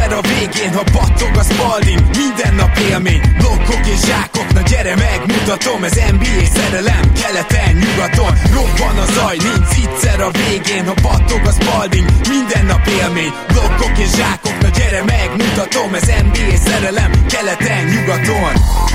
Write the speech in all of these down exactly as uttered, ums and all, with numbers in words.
Vízszer a végén, ha battog a Spalding, minden nap élmény, blokkok és zsákok, na gyere megmutatom, ez en bé á szerelem, keleten, nyugaton, robban a zaj, nincs vízszer a végén, ha battog a Spalding, minden nap élmény, blokkok és zsákok, na gyere megmutatom, ez en bé á szerelem, keleten, nyugaton.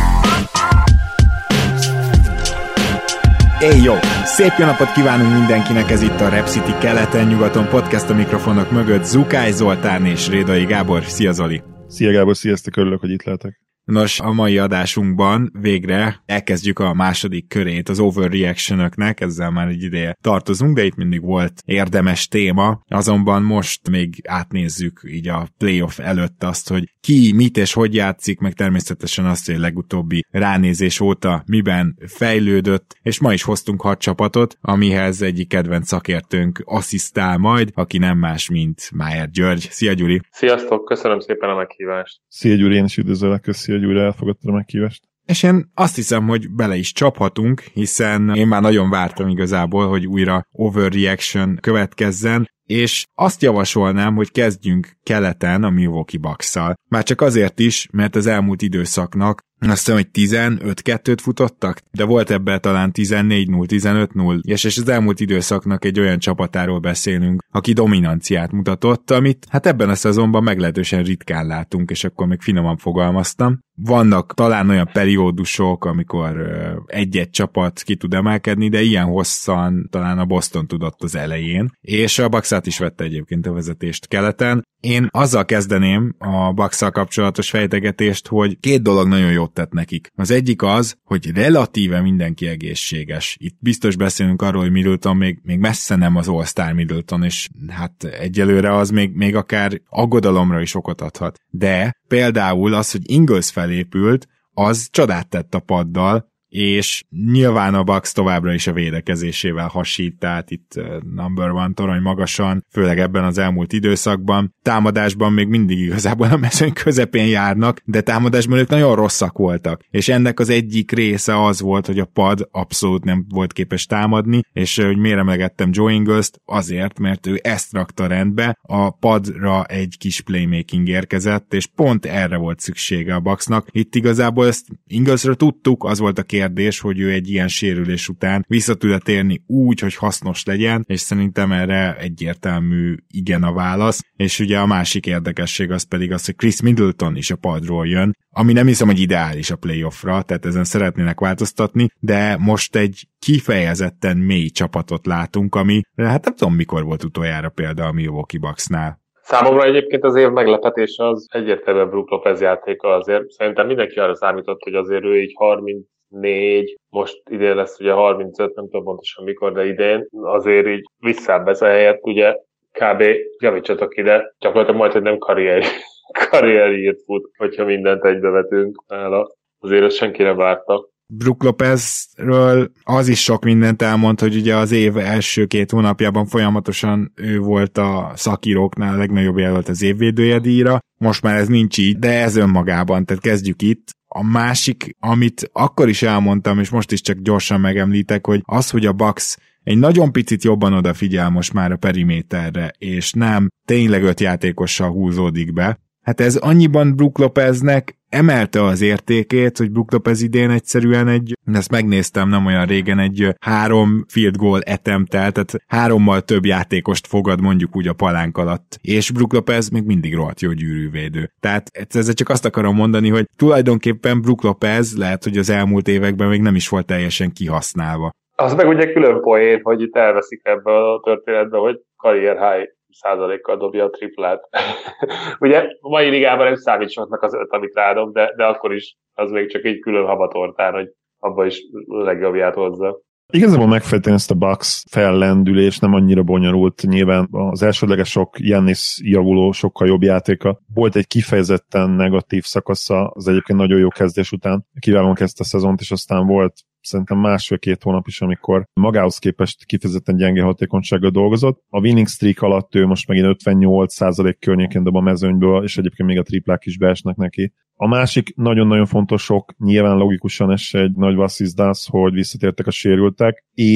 Éj jó! Szép jó napot kívánunk mindenkinek, ez itt a Rep City keleten-nyugaton podcast, a mikrofonok mögött Zukály Zoltán és Rédai Gábor. Szia Zoli! Szia Gábor, sziasztok, örülök, hogy itt lehetek. Nos, a mai adásunkban végre elkezdjük a második körét az overreaction-öknek, ezzel már egy ideje tartozunk, de itt mindig volt érdemes téma, azonban most még átnézzük így a playoff előtt azt, hogy ki, mit és hogy játszik, meg természetesen azt, hogy a legutóbbi ránézés óta miben fejlődött, és ma is hoztunk hat csapatot, amihez egyik kedvenc szakértőnk asszisztál majd, aki nem más, mint Májer György. Szia Gyuri! Sziasztok, köszönöm szépen a meghívást! Szia Gyuri, én is üdvözöllek, köszi, hogy újra elfogadtad a meghívást. És én azt hiszem, hogy bele is csaphatunk, hiszen én már nagyon vártam igazából, hogy újra overreaction következzen, és azt javasolnám, hogy kezdjünk keleten a Milwaukee Bucks-szal. Már csak azért is, mert az elmúlt időszaknak azt hiszem, hogy tizenöt kettőt futottak, de volt ebben talán tizennégy null, tizenöt null, és, és az elmúlt időszaknak egy olyan csapatáról beszélünk, aki dominanciát mutatott, amit hát ebben a szezonban meglehetősen ritkán látunk, és akkor még finoman fogalmaztam. Vannak talán olyan periódusok, amikor uh, egy-egy csapat ki tud emelkedni, de ilyen hosszan talán a Boston tudott az elején, és a Bucks át is vette egyébként a vezetést keleten. Én azzal kezdeném a Bucks-szal kapcsolatos fejtegetést, hogy két dolog nagyon jót tett nekik. Az egyik az, hogy relatíve mindenki egészséges. Itt biztos beszélünk arról, hogy Middleton még, még messze nem az All-Star Middleton, és hát egyelőre az még, még akár aggodalomra is okot adhat. De például az, hogy Ingles felépült, az csodát tett a paddal, és nyilván a Bucks továbbra is a védekezésével hasít, tehát itt number one torony magasan, főleg ebben az elmúlt időszakban. Támadásban még mindig igazából a mezőny közepén járnak, de támadásban ők nagyon rosszak voltak, és ennek az egyik része az volt, hogy a pad abszolút nem volt képes támadni, és hogy miért emlegettem Joe Ingles-t? Azért, mert ő ezt rakta rendbe, a padra egy kis playmaking érkezett, és pont erre volt szüksége a Bucksnak. Itt igazából ezt Inglesről tudtuk, az volt a kérdés, kérdés, hogy ő egy ilyen sérülés után vissza tud térni úgy, hogy hasznos legyen, és szerintem erre egyértelmű igen a válasz, és ugye a másik érdekesség az pedig az, hogy Chris Middleton is a padról jön, ami nem hiszem, hogy ideális a playoffra, tehát ezen szeretnének változtatni, de most egy kifejezetten mély csapatot látunk, ami hát nem tudom, mikor volt utoljára példa a Milwaukee Bucksnál. Számomra egyébként az év meglepetése az egyértelműen Brook Lopez játéka azért. Szerintem mindenki arra számított, hogy azért ő így harmincnégy, most idén lesz ugye harmincöt, nem tudom pontosan mikor, de idén azért így visszább ez a helyet, ugye kb. Javítsatok ide, gyakorlatilag majd, hogy nem karrier, karrierírt fut, hogyha mindent egybevetünk nála. Azért ezt senki nem várta. Brook Lopezről az is sok mindent elmond, hogy ugye az év első két hónapjában folyamatosan ő volt a szakíróknál a legnagyobb jelölt az évvédője díjra. Most már ez nincs így, de ez önmagában, tehát kezdjük itt. A másik, amit akkor is elmondtam, és most is csak gyorsan megemlítek, hogy az, hogy a Bucks egy nagyon picit jobban odafigyel most már a periméterre, és nem tényleg öt játékossal húzódik be. Hát ez annyiban Brook Lopeznek emelte az értékét, hogy Brook Lopez idén egyszerűen egy, ezt megnéztem nem olyan régen, egy három field goal attemptel, tehát hárommal több játékost fogad mondjuk úgy a palánk alatt. És Brook Lopez még mindig rohadt jó gyűrűvédő. Tehát ezzel csak azt akarom mondani, hogy tulajdonképpen Brook Lopez lehet, hogy az elmúlt években még nem is volt teljesen kihasználva. Az meg ugye külön poén, hogy itt elveszik ebből a történetbe, hogy career high százalékkal dobja a triplát. Ugye a mai ligában nem számít soknak az öt, amit rádob, de, de akkor is az még csak egy külön habatortán, hogy abba is legjobbját hozza. Igazából megfejteni ezt a Bucks fellendülés nem annyira bonyolult. Nyilván az elsődleges sok Giannis javuló, sokkal jobb játéka. Volt egy kifejezetten negatív szakasza az egyébként nagyon jó kezdés után. Kiválóan kezdte a szezont, és aztán volt szerintem másfél-két hónap is, amikor magához képest kifejezetten gyenge hatékonysággal dolgozott. A winning streak alatt ő most megint ötvennyolc százalék környékén dob a mezőnyből, és egyébként még a triplák is beesnek neki. A másik nagyon-nagyon fontos sok, nyilván logikusan ez egy nagy vasszizdász, hogy visszatértek a sérültek, és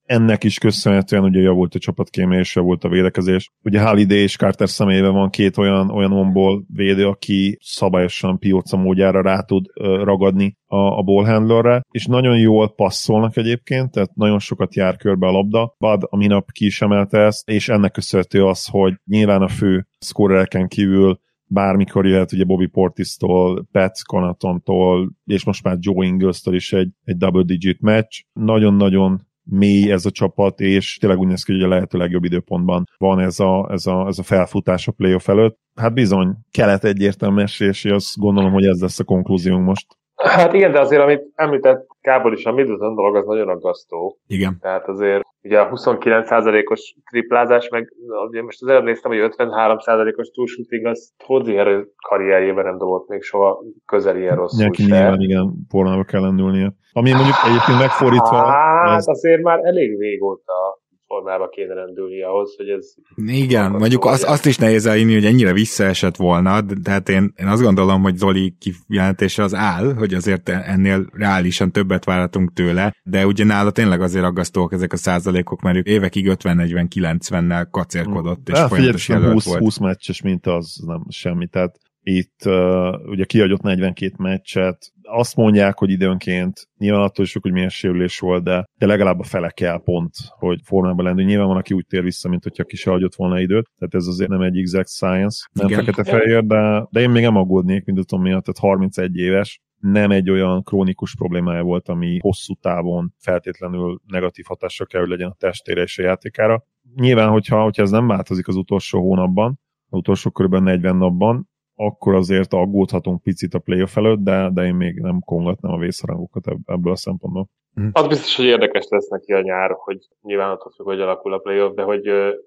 ennek is köszönhetően ugye javult a csapatkémia és javult a védekezés. Ugye Holiday és Carter személyében van két olyan, olyan on-ball védő, aki szabályosan pióca módjára rá tud uh, ragadni a, a ballhandlerre, és nagyon jól passzolnak egyébként, tehát nagyon sokat jár körbe a labda. Bud a minap ki is emelte ezt, és ennek köszönhető az, hogy nyilván a fő scorereken kívül bármikor jöhet ugye Bobby Portis-tól, Pat Connaughton-tól, és most már Joe Ingles-től is egy, egy double-digit match. Nagyon-nagyon mély ez a csapat, és tényleg úgy néz ki, hogy a lehető legjobb időpontban van ez a, ez a, ez a felfutás a playoff előtt. Hát bizony, kelet egyértelmű, és azt gondolom, hogy ez lesz a konklúziónk most. Hát igen, de azért, amit említett Kábor is, a Middleton dolog az nagyon aggasztó. Igen. Tehát azért ugye a huszonkilenc százalékos triplázás, meg ugye most az előbb néztem, hogy ötvenhárom százalékos true shooting, az Hodzier karrierjében nem dobott még soha közel ilyen rosszul Nyilván, se. nyilván, igen, formába kell lendülnie. Ami mondjuk egyébként megfordítva... Hát ez... azért már elég régóta formába kéne rendülni ahhoz, hogy ez... Igen, mondjuk az, azt is nehéz elhinni, hogy ennyire visszaesett volna, de hát én, én azt gondolom, hogy Zoli kijelentése az áll, hogy azért ennél reálisan többet várhatunk tőle, de ugye nála tényleg azért aggasztóak ezek a százalékok, mert ők évekig ötven negyven kilencvennel kacérkodott, és folyamatos jelölt húsz, volt. húsz meccses minta az nem semmi, tehát itt uh, ugye kiadott negyvenkét meccset, azt mondják, hogy időnként nyilván attól is, hogy milyen sérülés volt, de, de legalább a fele kell pont, hogy formában lendül. Nyilván van, aki úgy tér vissza, mint hogyha ki se hagyott volna időt, tehát ez azért nem egy exact science, nem fekete-fehér, de, de én még nem aggódnék, mint tudom miatt, tehát harmincegy éves, nem egy olyan krónikus problémája volt, ami hosszú távon feltétlenül negatív hatással kell, hogy legyen a testére és a játékára. Nyilván, hogyha, hogyha ez nem változik az utolsó hónapban, az utolsó körülbelül negyven napban, akkor azért aggódhatunk picit a playoff előtt, de, de én még nem kongatnám a vészharangokat ebből a szempontból. Az biztos, hogy érdekes lesz neki a nyár, hogy nyilván attól függ, hogy alakul a playoff, de hogy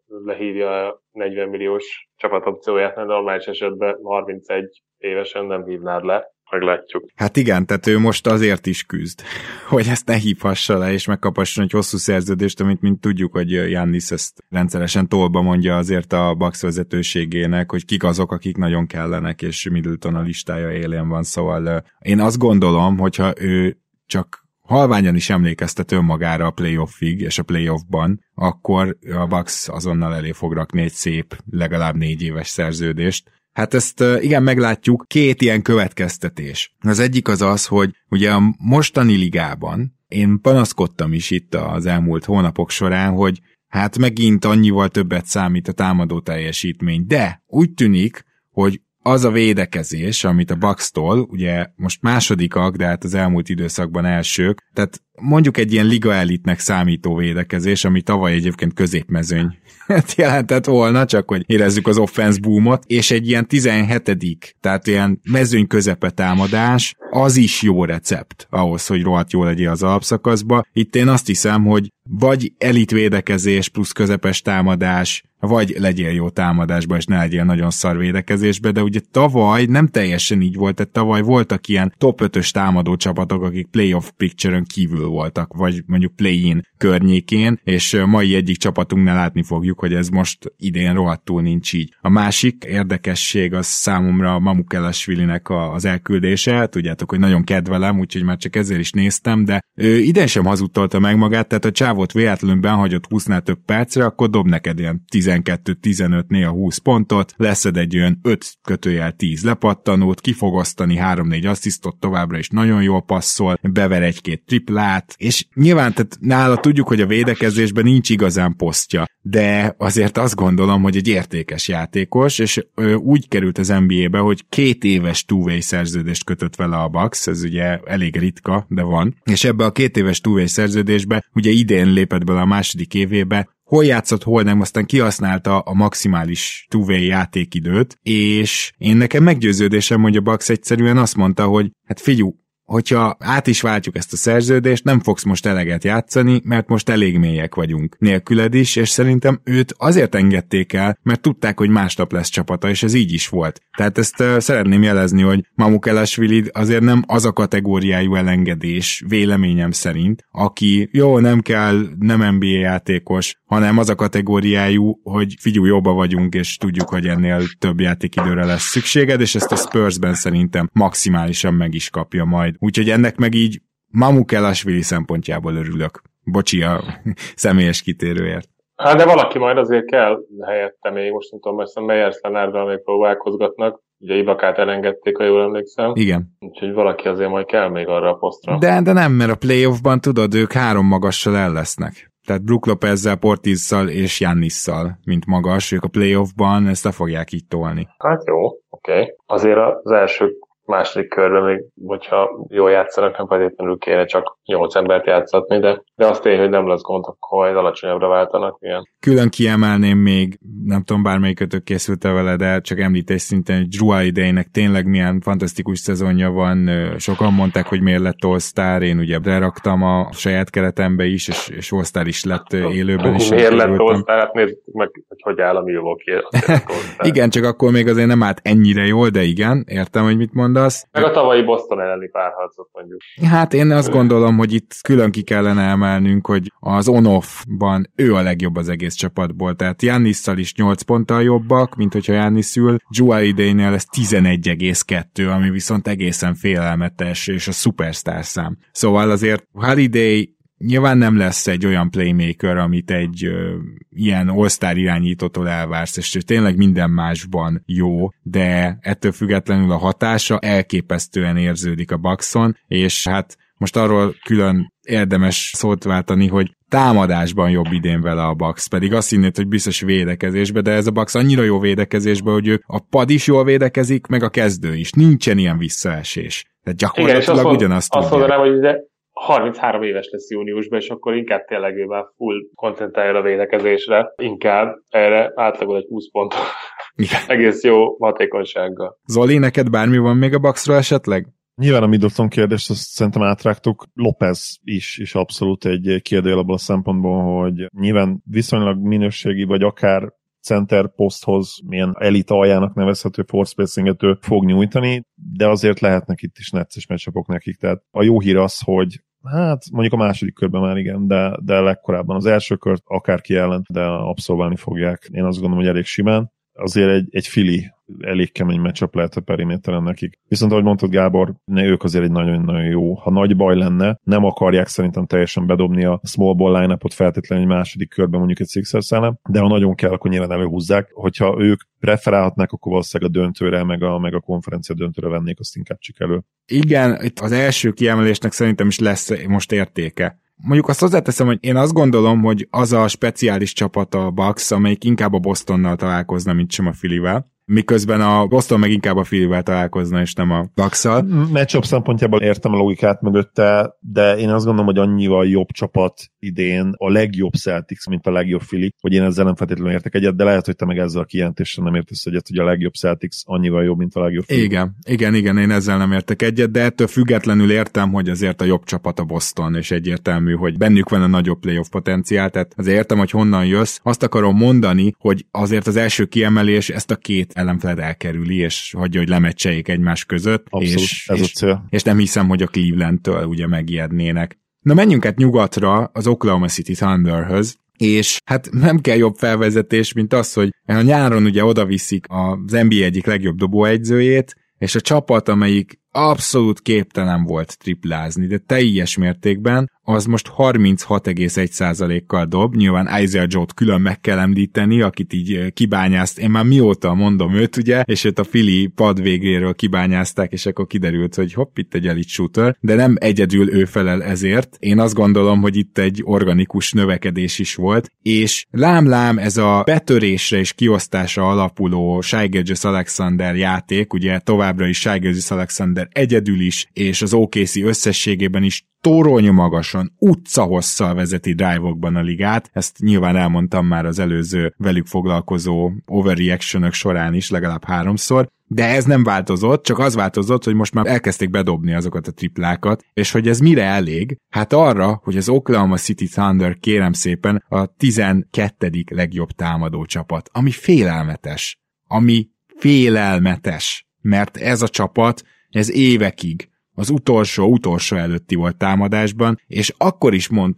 lehívja a negyven milliós csapatopcióját, mert normális esetben harmincegy évesen nem hívnád le. Meglátjuk. Hát igen, tehát ő most azért is küzd, hogy ezt ne hívhassa le, és megkaphasson egy hosszú szerződést, amit mint tudjuk, hogy Giannis ezt rendszeresen tolba mondja azért a Bucks vezetőségének, hogy kik azok, akik nagyon kellenek, és Middleton a listája élén van, szóval én azt gondolom, hogyha ő csak halványan is emlékeztet önmagára a playoffig és a playoffban, akkor a Bucks azonnal elé fog rakni egy szép, legalább négy éves szerződést. Hát ezt igen, meglátjuk. Két ilyen következtetés. Az egyik az az, hogy ugye a mostani ligában én panaszkodtam is itt az elmúlt hónapok során, hogy hát megint annyival többet számít a támadó teljesítmény, de úgy tűnik, hogy az a védekezés, amit a Bucks-tól, ugye most másodikak, de hát az elmúlt időszakban elsők, tehát mondjuk egy ilyen liga elitnek számító védekezés, ami tavaly egyébként középmezőny jelentett volna, csak hogy érezzük az offense boomot, és egy ilyen tizenhetedik, tehát ilyen mezőny közepe támadás, az is jó recept ahhoz, hogy rohadt jó legyél az alapszakaszba. Itt én azt hiszem, hogy vagy elit védekezés plusz közepes támadás, vagy legyél jó támadásba, és ne legyél nagyon szar védekezésbe, de ugye tavaly nem teljesen így volt, tehát tavaly voltak ilyen top ötös támadó csapatok, akik playoff picture-ön kívül voltak, vagy mondjuk play-in környékén, és mai egyik csapatunknál látni fogjuk, hogy ez most idén rohadtul nincs így. A másik érdekesség az számomra Mamukelashvilinek az elküldése, tudjátok, hogy nagyon kedvelem, úgyhogy már csak ezért is néztem, de ő idén sem hazudtolta meg magát, tehát a csávót véletlenül benhagyott húsznál több percre, akkor dob neked ilyen tizenkettő tizenöt, néha húsz pontot, leszed egy olyan öt kötőjel tíz lepattanót, ki fog osztani három négy asszisztot, továbbra is nagyon jól passzol, bever egy-két triplát, és nyilván tehát nála tudjuk, hogy a védekezésben nincs igazán posztja, de azért azt gondolom, hogy egy értékes játékos, és ő úgy került az en bé á-be, hogy két éves two-way szerződést kötött vele a Bucks, ez ugye elég ritka, de van, és ebbe a két éves two-way szerződésbe ugye idén lépett bele a második évébe, hol játszott, hol nem, aztán kihasználta a maximális two-way játékidőt, és én nekem meggyőződésem, hogy a Bucks egyszerűen azt mondta, hogy hát figyelj, hogyha át is váltjuk ezt a szerződést, nem fogsz most eleget játszani, mert most elég mélyek vagyunk nélküled is, és szerintem őt azért engedték el, mert tudták, hogy másnap lesz csapata, és ez így is volt. Tehát ezt uh, szeretném jelezni, hogy Mamukelashvili azért nem az a kategóriájú elengedés, véleményem szerint, aki jó, nem kell, nem en bé á játékos, hanem az a kategóriájú, hogy figyelj, jobban vagyunk, és tudjuk, hogy ennél több játékidőre lesz szükséged, és ezt a Spursben szerintem maximálisan meg is kapja majd. Úgyhogy ennek meg így Mamukelashvili szempontjából örülök. Bocsi a személyes kitérőért. Hát de valaki majd azért kell helyette még, most nem tudom, mert Meyers Leonarddal még próbálkozgatnak, ugye Ibakát elengedték, ha jól emlékszem. Igen. Úgyhogy valaki azért majd kell még arra a posztra. De, de nem, mert a playoffban tudod, ők három magassal el lesznek. Tehát Brook Lopezzel, Portisszal és Giannisszal, mint magas, ők a playoffban ezt le fogják így tolni. Hát jó, oké. Okay. Azért az első második körben még, hogyha jól játszanak, nem feltétlenül kéne csak nyolc embert játszatni, de, de azt tény, hogy nem lesz gond, akkor majd alacsonyabbra váltanak. Ilyen. Külön kiemelném még, nem tudom, bármelyikötök készült-e vele, de csak említés szinten, hogy Drew Holiday-nek tényleg milyen fantasztikus szezonja van. Sokan mondták, hogy miért lett All-Star, én ugye beraktam a saját keretembe is, és, és All-Star is lett élőben is. Miért lett All-Star? Hát nézzük meg, hogy hogy áll a Milwaukee. Igen, csak akkor még azért nem állt ennyire jól, de igen, értem, hogy mit mondasz. Meg a tavalyi Boston elleni párharcot mondjuk. Hát én azt gondolom, hogy itt külön ki kellene emelnünk, hogy az on-off-ban ő a legjobb az egész csapatból, tehát Giannisszal is nyolc ponttal jobbak, mint hogyha Giannis ül, Drew Holiday-nél ez tizenegy egész kettő, ami viszont egészen félelmetes, és a szupersztár szám. Szóval azért Holiday nyilván nem lesz egy olyan playmaker, amit egy ö, ilyen all-star irányítótól elvársz, és tényleg minden másban jó, de ettől függetlenül a hatása elképesztően érződik a Buckson, és hát most arról külön érdemes szót váltani, hogy támadásban jobb idén vele a Bucks, pedig azt hinnéd, hogy biztos védekezésbe, de ez a Bucks annyira jó védekezésbe, hogy ő a pad is jól védekezik, meg a kezdő is. Nincsen ilyen visszaesés. Tehát gyakorlatilag igen, ugyanazt azt mondanám, hogy ugye harminchárom éves lesz júniusban, és akkor inkább tényleg ő már full koncentrálja a védekezésre, inkább erre átlagol egy húsz pont. Egész jó hatékonysággal. Zoli, neked bármi van még a Bucksról esetleg? Nyilván a Middleton kérdést azt szerintem átrágtuk. Lopez is, is abszolút egy kérdőjel abban a szempontból, hogy nyilván viszonylag minőségi, vagy akár center poszthoz milyen elit aljának nevezhető force spacinget ő fog nyújtani, de azért lehetnek itt is necces matchupok nekik. Tehát a jó hír az, hogy hát mondjuk a második körben már igen, de, de legkorábban az első kört akárki ellen, de abszolválni fogják. Én azt gondolom, hogy elég simán. Azért egy, egy Philly elég kemény matchup lehet a periméteren nekik. Viszont ahogy mondtad Gábor, ne, ők azért egy nagyon-nagyon jó. Ha nagy baj lenne, nem akarják szerintem teljesen bedobni a small ball line-upot feltétlenül egy második körben mondjuk egy Sixers ellen, de ha nagyon kell, akkor nyilván előhúzzák. Hogyha ők preferálhatnák, akkor valószínűleg a döntőre, meg a, meg a konferencia döntőre vennék, azt inkább csak elő. Igen, itt az első kiemelésnek szerintem is lesz most értéke. Mondjuk azt hozzáteszem, hogy én azt gondolom, hogy az a speciális csapat a Bucks, amelyik inkább a Bostonnal találkozna, mint sem a Phillyvel, miközben a Boston meg inkább a Phillyvel találkozna, és nem a Bucks-szal. Matchup szempontjából értem a logikát mögötte, de én azt gondolom, hogy annyival jobb csapat idén a legjobb Celtics, mint a legjobb Philly, hogy én ezzel nem feltétlenül értek egyet, de lehet, hogy te meg ezzel a kijelentéssel nem értesz egyet, hogy a legjobb Celtics annyival jobb, mint a legjobb Philly. Igen, igen, igen, én ezzel nem értek egyet, de ettől függetlenül értem, hogy azért a jobb csapat a Boston, és egyértelmű, hogy bennük van a nagyobb playoff potenciál, tehát azért értem, hogy honnan jössz. Azt akarom mondani, hogy azért az első kiemelés ezt a két ellenfelet elkerüli, és hagyja, hogy lemecseljék egymás között, abszolút, és, ez és, a cél. és nem hiszem, hogy a Clevelandtől ugye megijednének. Na menjünk át nyugatra az Oklahoma City Thunderhöz, és hát nem kell jobb felvezetés, mint az, hogy a nyáron ugye odaviszik az en bé á egyik legjobb dobóegyzőjét, és a csapat, amelyik abszolút képtelen volt triplázni, de teljes mértékben, az most harminchat egész egy százalékkal dob, nyilván Isaiah Joe-t külön meg kell említeni, akit így kibányázt, én már mióta mondom őt, ugye, és őt a Philly pad végéről kibányázták, és akkor kiderült, hogy hopp, itt egy elite shooter, de nem egyedül ő felel ezért. Én azt gondolom, hogy itt egy organikus növekedés is volt, és lám-lám ez a betörésre és kiosztásra alapuló Shai Gilgeous-Alexander játék, ugye továbbra is Shai Gilgeous-Alexander egyedül is, és az o ká cé összességében is torony magasan, utcahosszal vezeti drive-okban a ligát. Ezt nyilván elmondtam már az előző velük foglalkozó overreaction-ök során is legalább háromszor, de ez nem változott, csak az változott, hogy most már elkezdték bedobni azokat a triplákat, és hogy ez mire elég? Hát arra, hogy az Oklahoma City Thunder kérem szépen a tizenkettedik legjobb támadó csapat, ami félelmetes. Ami félelmetes, mert ez a csapat, ez évekig az utolsó-utolsó előtti volt támadásban, és akkor is mondtuk,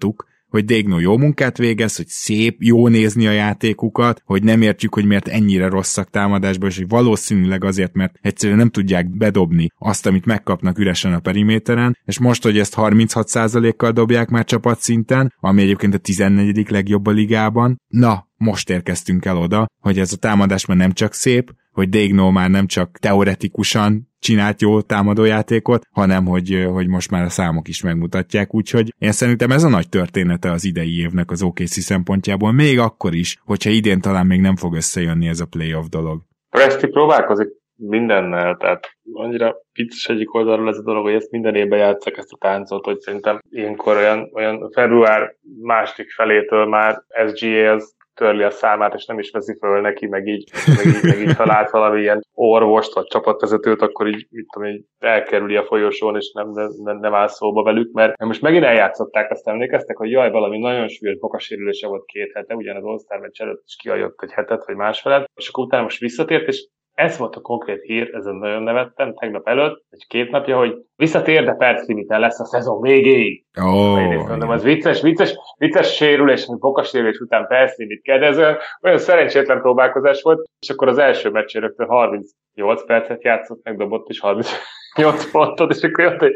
hogy Daigneault jó munkát végez, hogy szép, jó nézni a játékukat, hogy nem értjük, hogy miért ennyire rosszak támadásban, és hogy valószínűleg azért, mert egyszerűen nem tudják bedobni azt, amit megkapnak üresen a periméteren, és most, hogy ezt harminchat százalékkal dobják már csapatszinten, ami egyébként a tizennegyedik legjobb a ligában, na, most érkeztünk el oda, hogy ez a támadás már nem csak szép, hogy Daigneault már nem csak teoretikusan csinált jó támadójátékot, hanem hogy, hogy most már a számok is megmutatják, úgyhogy én szerintem ez a nagy története az idei évnek az o ká cé szempontjából, még akkor is, hogyha idén talán még nem fog összejönni ez a playoff dolog. Presti próbálkozik mindennel, tehát annyira vicces egyik oldalról ez a dolog, hogy ezt minden évben játsszak ezt a táncot, hogy szerintem ilyenkor olyan, olyan február második felétől már es gé á az törli a számát, és nem is veszi föl neki, meg így, meg így, meg így talált valami ilyen orvost, vagy csapatvezetőt, akkor így, mit tudom, így elkerüli a folyosón, és nem, nem, nem áll szóba velük, mert most megint eljátszották, azt emlékeztek, hogy jaj, valami nagyon súlyos bokasérülése volt két hete, ugyan az All-Star meccs előtt is kialjott egy hetet, vagy másfelet, és akkor utána most visszatért, és ez volt a konkrét hír, ezen nagyon nevettem, tegnap előtt, egy két napja, hogy visszatér, de perclimiten lesz a szezon végéig. Oh, én mondom, az vicces, vicces, vicces sérülés, hogy bokasérülés után perclimit kell, de ez olyan, olyan szerencsétlen próbálkozás volt, és akkor az első meccsén rögtön harmincnyolc percet játszott, megdobott is harmincnyolc pontot, és akkor jött, hogy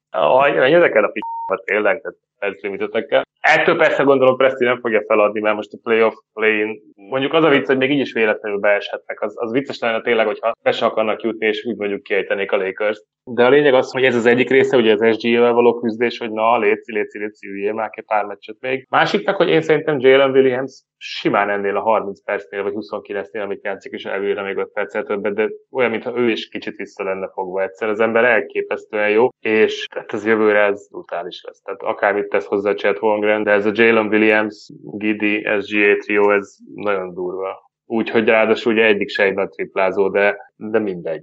ah, ezek el a p***at tényleg, tehát perclimitetekkel. Ettől persze gondolom Presti nem fogja feladni, mert most a playoff play-in, mondjuk az a vicc, hogy még így is véletlenül beeshetnek. Az, az vicces lenne tényleg, hogyha be se akarnak jutni, és úgy mondjuk kiejtenék a Lakers. De a lényeg az, hogy ez az egyik része, ugye az es gé á-vel való küzdés, hogy na, léci, léci, léci, üljél már ki pár meccset még. Másiknak, hogy én szerintem Jalen Williams simán ennél a harminc percnél, vagy huszonkilencnél, amit játszik, és elvére még öt perccel többet, de olyan, mintha ő is kicsit vissza lenne fogva egyszer. Az ember elképesztően jó, és tehát az jövőre ez brutális lesz. Tehát akármit tesz hozzá Chet Holmgren, de ez a Jalen Williams, Giddey, es gé á trió, ez nagyon durva. Úgyhogy ráadásul ugye egyik se egy nagy triplázó, de, de mindegy.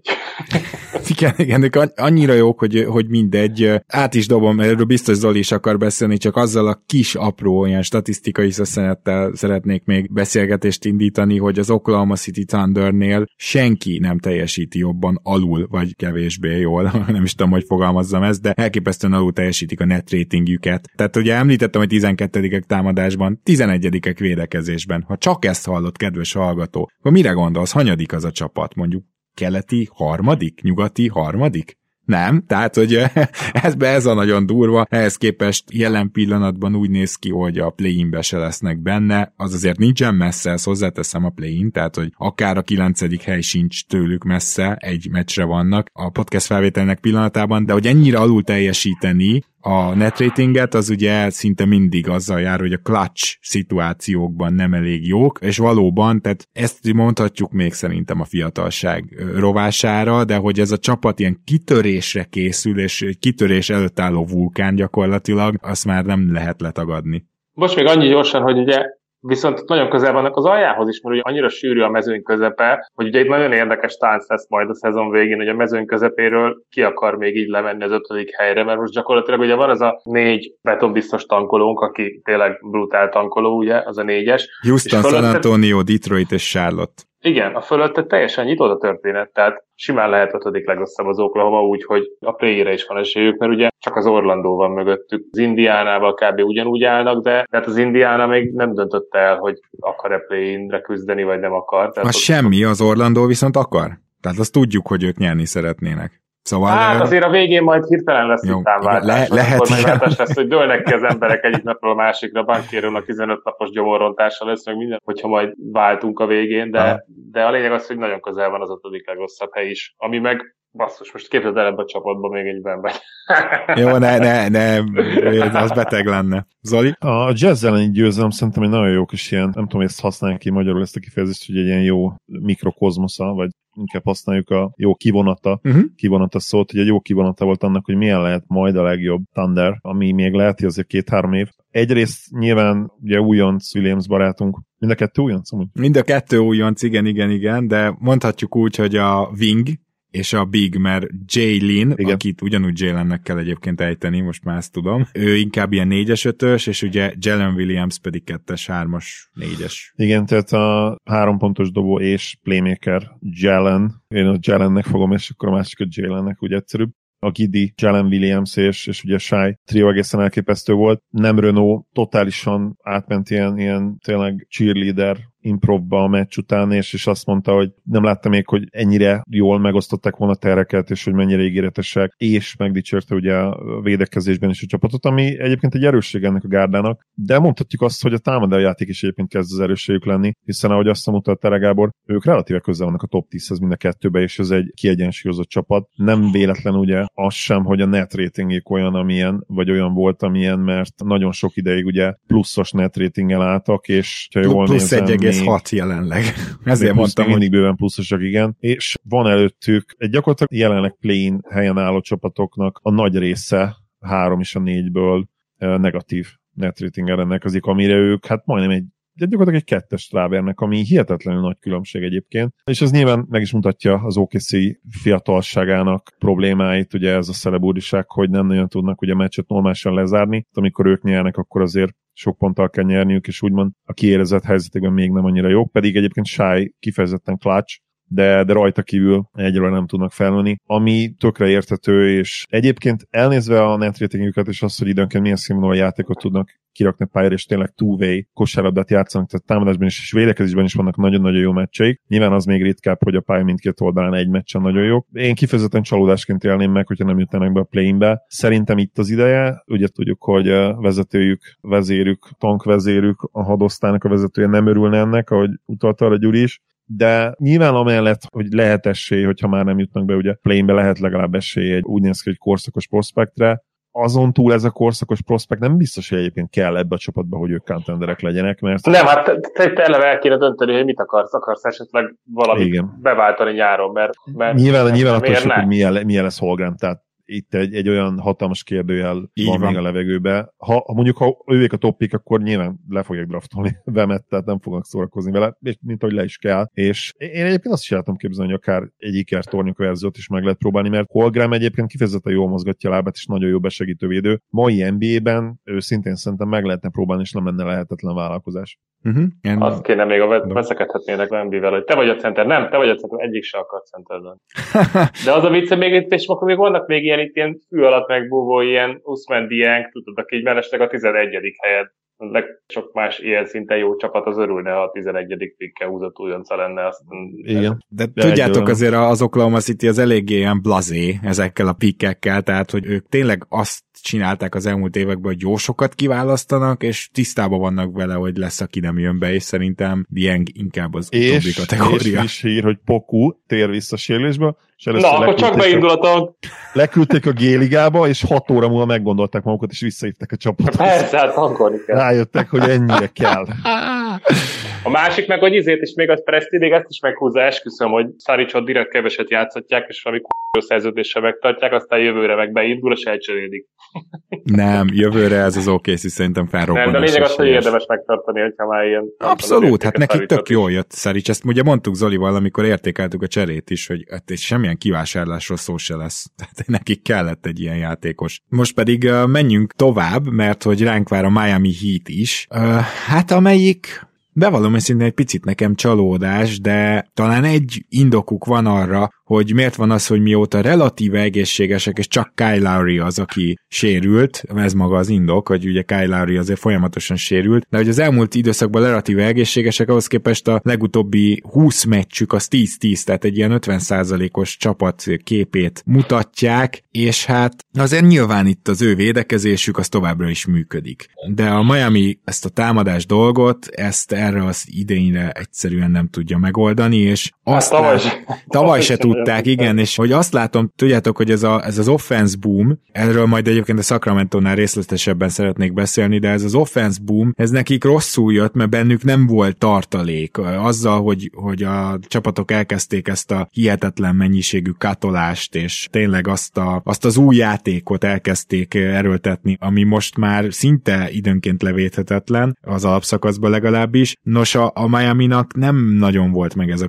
Igen, igen, annyira jók, hogy, hogy mindegy. Át is dobom, mert erről biztos Zoli is akar beszélni, csak azzal a kis apró olyan statisztikai szösszenettel szeretnék még beszélgetést indítani, hogy az Oklahoma City Thundernél senki nem teljesíti jobban alul, vagy kevésbé jól, nem is tudom, hogy fogalmazzam ezt, de elképesztően alul teljesítik a net ratingjüket. Tehát ugye említettem, hogy tizenkettedikek támadásban, tizenegyedikek védekezésben. Ha csak ezt hallott, kedves hallgató, akkor mire gondolsz, hanyadik az a csapat, mondjuk keleti harmadik, nyugati harmadik? Nem, tehát, hogy ez, ez a nagyon durva, ehhez képest jelen pillanatban úgy néz ki, hogy a play-inbe se lesznek benne, az azért nincsen messze, ezt hozzáteszem a play-in, tehát, hogy akár a kilencedik hely sincs tőlük messze, egy meccsre vannak a podcast felvételnek pillanatában, de hogy ennyire alul teljesíteni a net ratinget, az ugye szinte mindig azzal jár, hogy a clutch szituációkban nem elég jók, és valóban, tehát ezt mondhatjuk még szerintem a fiatalság rovására, de hogy ez a csapat ilyen kitörésre készül, és egy kitörés előtt álló vulkán gyakorlatilag, azt már nem lehet letagadni. Most még annyi gyorsan, hogy ugye viszont nagyon közel vannak az aljához is, mert ugye annyira sűrű a mezőny közepe, hogy ugye itt nagyon érdekes tánc lesz majd a szezon végén, hogy a mezőny közepéről ki akar még így lemenni az ötödik helyre, mert most gyakorlatilag ugye van az a négy betonbiztos tankolónk, aki tényleg brutál tankoló, ugye, az a négyes. Houston, San Antonio, Detroit és Charlotte. Igen, a fölötte teljesen nyitott a történet, tehát simán lehet ötödik legrosszabb az Oklahoma, úgyhogy a play-re is van esélyük, mert ugye csak az Orlandó van mögöttük. Az Indiánával kb. Ugyanúgy állnak, de tehát az Indiana még nem döntötte el, hogy akar-e play-inre küzdeni, vagy nem akar. Tehát az semmi, az Orlandó viszont akar. Tehát azt tudjuk, hogy ők nyerni szeretnének. Szóval hát le... azért a végén majd hirtelen lesz utánváltás. Le, lehet váltás lesz, hogy dőlnek ki az emberek egyik napról a másikra, Bankéről a tizenöt napos gyomorrontása lesz, meg minden, hogyha majd váltunk a végén, de, de a lényeg az, hogy nagyon közel van az ötödik legrosszabb hely is, ami meg basszus, most képzeld el ebbe a csapatban még egy ember. Jó, ne, ne, ne, az beteg lenne. Zoli? A Jazz elleni győzelem szerintem egy nagyon jó kis ilyen, nem tudom, ezt használják ki magyarul ezt a kifejezést, hogy egy ilyen jó mikrokozmosza, vagy inkább használjuk a jó kivonata, uh-huh. kivonata szót, hogy egy jó kivonata volt annak, hogy milyen lehet majd a legjobb Thunder, ami még lehet, azért két-három év. Egyrészt nyilván ugye újonc Williams barátunk, mind a kettő újonc? Amúgy? Mind a kettő újonc, igen, igen, igen, de mondhatjuk úgy, hogy a Wing és a Big, mert Jalen, akit ugyanúgy Jalennek kell egyébként ejteni, most már ezt tudom, ő inkább ilyen négyes, ötös, és ugye Jalen Williams pedig kettes, hármas, négyes. Igen, tehát a három pontos dobó és playmaker Jalen, én a Jalennek fogom, és akkor a másikat Jalennek, úgy egyszerűbb. a Giddy, Jalen Williams és, és ugye Shai trio egészen elképesztő volt. Nem Renault totálisan átment ilyen, ilyen tényleg cheerleader improvba a meccs után, és, és azt mondta, hogy nem látta még, hogy ennyire jól megosztották volna tereket, és hogy mennyire ígéretesek, és megdicsérte ugye a védekezésben is a csapatot, ami egyébként egy erősség ennek a gárdának, de mondhatjuk azt, hogy a támadójáték is egyébként kezd az erősségük lenni, hiszen ahogy azt mondta Tere Gábor, ők relatíve közel vannak a top tízhez mind a kettőbe, és ez egy kiegyensúlyozott csapat. Nem véletlen ugye az sem, hogy a net ratingék olyan, amilyen, vagy olyan volt, amilyen, mert nagyon sok ideig ugye pluszos net ratinggel álltak, és ha jól plusz nézem, egy egész hat jelenleg. Ezért mondtam, hogy mindig bőven pluszosak, igen. És van előttük egy gyakorlatilag jelenleg play-in helyen álló csapatoknak a nagy része három és a négyből negatív net ratinggel rendelkezik, amire ők hát majdnem egy de gyakorlatilag egy kettes rávernek, ami hihetetlenül nagy különbség egyébként. És ez nyilván meg is mutatja az o ká cé fiatalságának problémáit, ugye ez a celebúriság, hogy nem nagyon tudnak ugye a meccset normálisan lezárni. Amikor ők nyernek, akkor azért sok ponttal kell nyerniük, és úgymond a kiérezett helyzetekben még nem annyira jók, pedig egyébként Shai kifejezetten clutch, de, de rajta kívül egyről nem tudnak felnőni, ami tökre érthető, és egyébként elnézve a net ratingjüket, és azt, hogy időnként milyen színvonalú játékot tudnak kirakni pályára, és tényleg two-way kosárlabdát játszanak, tehát támadásban is, és védekezésben is vannak nagyon-nagyon jó meccseik. Nyilván az még ritkább, hogy a pálya mindkét oldalán egy meccsen nagyon jó. Én kifejezetten csalódásként élném meg, hogyha nem jutnának be a play-inbe. Szerintem itt az ideje, ugye tudjuk, hogy a vezetőjük, vezérük, tankvezérük, a hadosztálynak a vezetője nem örülne ennek, ahogy utalta arra Gyuri is, de nyilván amellett, hogy lehet esély, hogyha már nem jutnak be, ugye play-inbe lehet legalább esély egy úgy néz ki, hogy korszakos prospektre. Azon túl ez a korszakos prospekt nem biztos, hogy egyébként kell ebbe a csapatba, hogy ők contenderek legyenek, mert... Nem, hát te, te eleve el kéne dönteni, hogy mit akarsz, akarsz esetleg valamit igen. beváltani nyáron, mert... mert nyilván nyilván attól sok, hogy milyen, milyen lesz Holmgren, tehát itt egy, egy olyan hatalmas kérdőjel így van, van még a levegőbe. Ha, ha mondjuk, ha ővék a toppik, akkor nyilván le fogják draftolni Vemet, tehát nem fognak szórakozni vele, és mint ahogy le is kell. És én egyébként azt is el tudom képzelni, hogy akár egy ikertornyok verziót is meg lehet próbálni, mert Holmgren egyébként kifejezetten jól mozgatja a lábát, és nagyon jó besegítő védő. Mai en bé á-ben őszintén szerintem meg lehetne próbálni, és nem lenne lehetetlen vállalkozás. Uh-huh. Azt kéne még a veszekedhetnének az en bé á-vel, hogy te vagy a center, nem, te vagy a center, egyik se akar centerben. De az a vicce még itt, és akkor még vannak még ilyen itt ilyen fű alatt megbúvó ilyen Usman Dieng, tudod, aki így mellesleg a tizenegyedik helyet. Sok más ilyen szinten jó csapat az örülne, ha a tizenegyedik pikkel húzott újonca lenne. Azt, igen. De, de tudjátok, azért az Oklahoma City az eléggé ilyen blasé ezekkel a pikkekkel, tehát hogy ők tényleg azt csinálták az elmúlt években, hogy jó sokat kiválasztanak, és tisztában vannak vele, hogy lesz, aki nem jön be, és szerintem Dieng inkább az és, utóbbi kategória. És is hír, hogy Poku tér vissza sérülésbe. Na, akkor csak beindulatom. Leküldték a G-ligába, és hat óra múlva meggondolták magukat, és visszahívták a csapatot. Persze, hát tankolni kell. Rájöttek, hogy ennyire kell. A másik meg, hogy izét is még az Presti, még ezt is meghúzza, esküszöm, hogy Szaricsot direkt keveset játszhatják, és valami k***ó szerződéssel megtartják, aztán jövőre meg beindul, és elcserélik. Nem, jövőre ez az o ká cé szerintem felrobbanás. Nem, de lényeg az, hogy érdemes megtartani, hogyha már ilyen... Abszolút, hát neki tök jól jött Szarics. Ezt ugye mondtuk Zolival, amikor értékeltük a cserét is, hogy hát semmilyen kivásárlásról szó se lesz. Tehát nekik kellett egy ilyen játékos. Most pedig uh, menjünk tovább, mert hogy ránk vár a Miami Heat is. Uh, hát amelyik... Bevallom őszintén egy picit nekem csalódás, de talán egy indokuk van arra, hogy miért van az, hogy mióta relatíve egészségesek, és csak Kyle Lowry az, aki sérült, ez maga az indok, hogy ugye Kyle Lowry azért folyamatosan sérült, de hogy az elmúlt időszakban relatíve egészségesek, ahhoz képest a legutóbbi húsz meccsük az tíz tíz, tehát egy ilyen ötven százalékos csapat képét mutatják, és hát azért nyilván itt az ő védekezésük az továbbra is működik. De a Miami ezt a támadás dolgot, ezt erre az idényre egyszerűen nem tudja megoldani, és azt hát, tavaly, lát, tavaly se tudták, igen, és hogy azt látom, tudjátok, hogy ez, a, ez az offense boom, erről majd egyébként a Sacramento-nál részletesebben szeretnék beszélni, de ez az offense boom, ez nekik rosszul jött, mert bennük nem volt tartalék. Azzal, hogy, hogy a csapatok elkezdték ezt a hihetetlen mennyiségű katolást, és tényleg azt, a, azt az új játékot elkezdték erőltetni, ami most már szinte időnként levéthetetlen, az alapszakaszban legalábbis. Nos, a, a Miami-nak nem nagyon volt meg ez a következő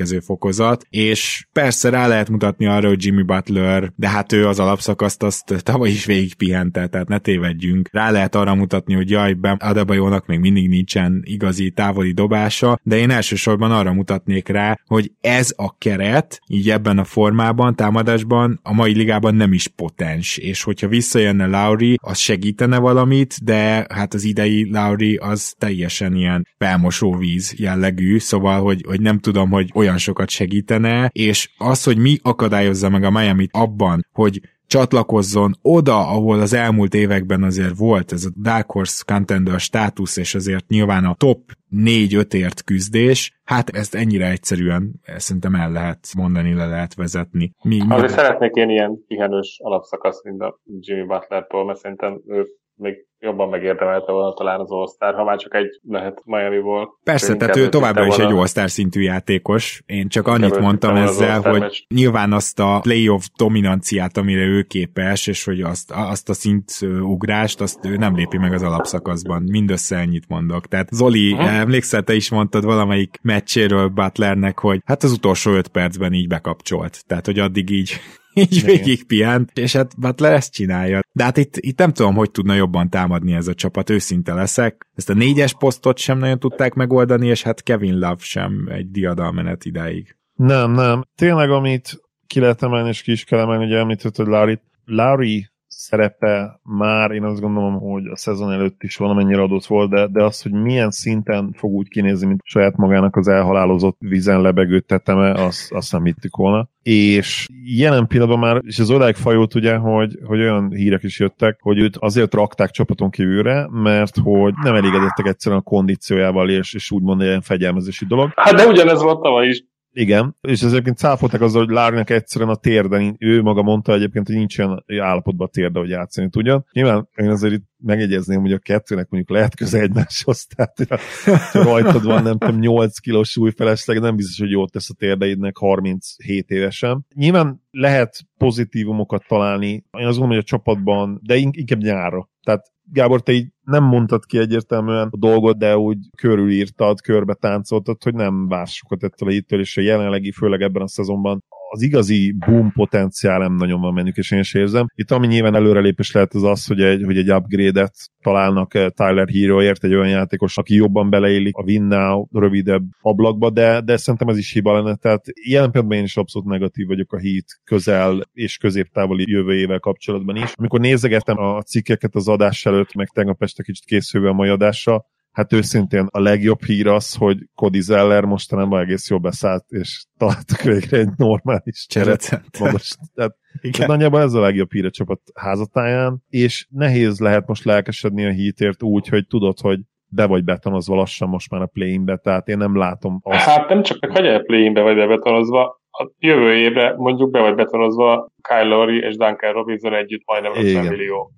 következő fokozat, és persze rá lehet mutatni arra, hogy Jimmy Butler, de hát ő az alapszakaszt azt tavaly is végigpihente, tehát ne tévedjünk. Rá lehet arra mutatni, hogy jaj, Bam Adebayonak még mindig nincsen igazi távoli dobása, de én elsősorban arra mutatnék rá, hogy ez a keret, így ebben a formában, támadásban a mai ligában nem is potens, és hogyha visszajönne Lowry, az segítene valamit, de hát az idei Lowry az teljesen ilyen felmosóvíz jellegű, szóval, hogy, hogy nem tudom, hogy olyan sokat segítene, és az, hogy mi akadályozza meg a Miamit abban, hogy csatlakozzon oda, ahol az elmúlt években azért volt ez a Dark Horse Contender státusz, és azért nyilván a top négy-ötért küzdés, hát ezt ennyire egyszerűen szerintem el lehet mondani, le lehet vezetni. Mi, mi azért szeretnék én ilyen pihenős alapszakasz, mint a Jimmy Butlertől, mert szerintem ő még jobban megérdemelte volna talán az All-Star, ha már csak egy lehet Miami-ból. Persze, tehát ő továbbra is egy All-Star szintű játékos. Én csak annyit mondtam ezzel, hogy meccs. Nyilván azt a playoff dominanciát, amire ő képes, és hogy azt, azt a szintugrást, azt ő nem lépi meg az alapszakaszban. Mindössze ennyit mondok. Tehát Zoli, uh-huh. emlékszel, te is mondtad valamelyik meccséről Butlernek, hogy hát az utolsó öt percben így bekapcsolt. Tehát, hogy addig így így végig pihent, és hát Butler ezt csinálja. De hát itt, itt nem tudom, hogy tudna jobban támadni ez a csapat, őszinte leszek. Ezt a négyes posztot sem nagyon tudták megoldani, és hát Kevin Love sem egy diadalmenet idáig. Nem, nem. Tényleg, amit ki lehet emelni, és ki is kell emelni, ugye említetted Larry. Larry szerepe már, én azt gondolom, hogy a szezon előtt is valamennyire adott volt, de, de az, hogy milyen szinten fog úgy kinézni, mint saját magának az elhalálozott vízen lebegő teteme, azt, azt nem hittük volna. És jelen pillanatban már, és ez odáig fajolt ugye, hogy, hogy olyan hírek is jöttek, hogy őt azért rakták csapaton kívülre, mert hogy nem elégedettek egyszerűen a kondíciójával, és, és úgymond egy ilyen fegyelmezési dolog. Hát de ugyanez volt tavaly is. Igen, és ez egyébként cáfoltak azzal, hogy Larrynek egyszerűen a térden, ő maga mondta egyébként, hogy nincs olyan állapotban a térde, hogy játszani tudjon. Nyilván én azért itt megjegyezném, hogy a kettőnek mondjuk lehet köze egymáshoz, tehát ha rajtad van, nem tudom, nyolc kilós súlyfelesleg, nem biztos, hogy jót tesz a térdeidnek harminchét évesen. Nyilván lehet pozitívumokat találni, én azt gondolom, hogy a csapatban, de inkább nyárra. Tehát Gábor, te így nem mondtad ki egyértelműen a dolgot, de úgy körülírtad, körbe táncoltad, hogy nem vársz sokat ettől a hittől, és a jelenlegi, főleg ebben a szezonban az igazi boom potenciál nem nagyon van bennük, és én is érzem. Itt ami nyilván előrelépés lehet az az, hogy egy, hogy egy upgrade-et találnak Tyler Heroért, egy olyan játékos, aki jobban beleillik a win now rövidebb ablakba, de, de szerintem ez is hiba lenne. Tehát jelen pillanatban én is abszolút negatív vagyok a Heat közel és középtávoli jövőjével kapcsolatban is. Amikor nézegettem a cikkeket az adás előtt, meg tegnap este kicsit készülve a mai adásra, hát őszintén a legjobb hír az, hogy Cody Zeller mostanában egész jól beszállt, és találtak végre egy normális cseret. Magas. Tehát, tehát nagyjából ez a legjobb hír a csapat házatáján, és nehéz lehet most lelkesedni a Heatért úgy, hogy tudod, hogy be vagy betonozva lassan most már a play-inbe, tehát én nem látom azt. Hát nem csak meg hagyja a play-inbe vagy bebetonozva, a jövő évre mondjuk be vagy betonozva Kyle Lowry és Duncan Robinson együtt majdnem ötven millió.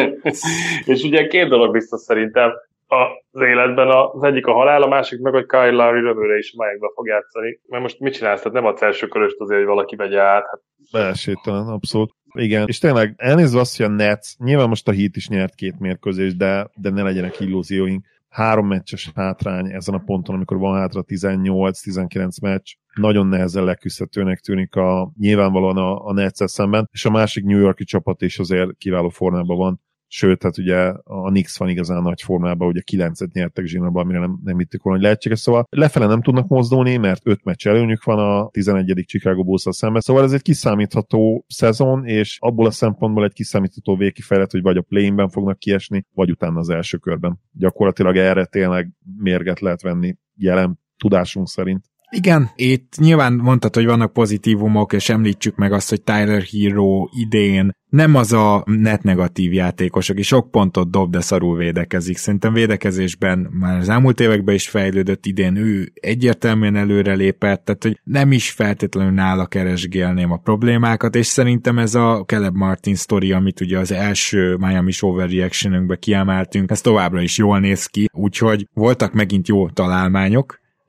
És ugye két dolog biztos szerintem az életben, az egyik a halál, a másik meg, hogy Kyle Lowry rövőre is Miami-ba fog játszani. Mert most mit csinálsz? Tehát nem adsz első köröst azért, hogy valaki vegye át. Hát... Belsételen, abszolút. Igen, és tényleg elnézve azt, hogy a Nets, nyilván most a Heat is nyert két mérkőzést, de, de ne legyenek illúzióink. Három meccses hátrány ezen a ponton, amikor van hátra tizennyolc-tizenkilenc meccs, nagyon nehezen leküzdhetőnek tűnik a, nyilvánvalóan a, a Nets-el szemben, és a másik New York-i csapat is azért kiváló formában van. Sőt, hát ugye a Knicks van igazán nagy formában, ugye kilencet nyertek zsinórban, amire nem, nem hittük volna, hogy lehetséges. Szóval lefele nem tudnak mozdulni, mert öt meccs előnyük van a tizenegyedik Chicago Bulls-szal szemben. Szóval ez egy kiszámítható szezon, és abból a szempontból egy kiszámítható végkifejlet, hogy vagy a play-inben fognak kiesni, vagy utána az első körben. Gyakorlatilag erre tényleg mérget lehet venni jelen tudásunk szerint. Igen, itt nyilván mondtad, hogy vannak pozitívumok, és említsük meg azt, hogy Tyler Hero idén nem az a net negatív játékos, aki sok pontot dob, de szarul védekezik. Szerintem védekezésben már az elmúlt években is fejlődött, idén ő egyértelműen előrelépett, tehát hogy nem is feltétlenül nála keresgélném a problémákat, és szerintem ez a Caleb Martin sztori, amit ugye az első Miami-s overreactionünkbe kiemeltünk, ez továbbra is jól néz ki, úgyhogy voltak megint jó találmányok,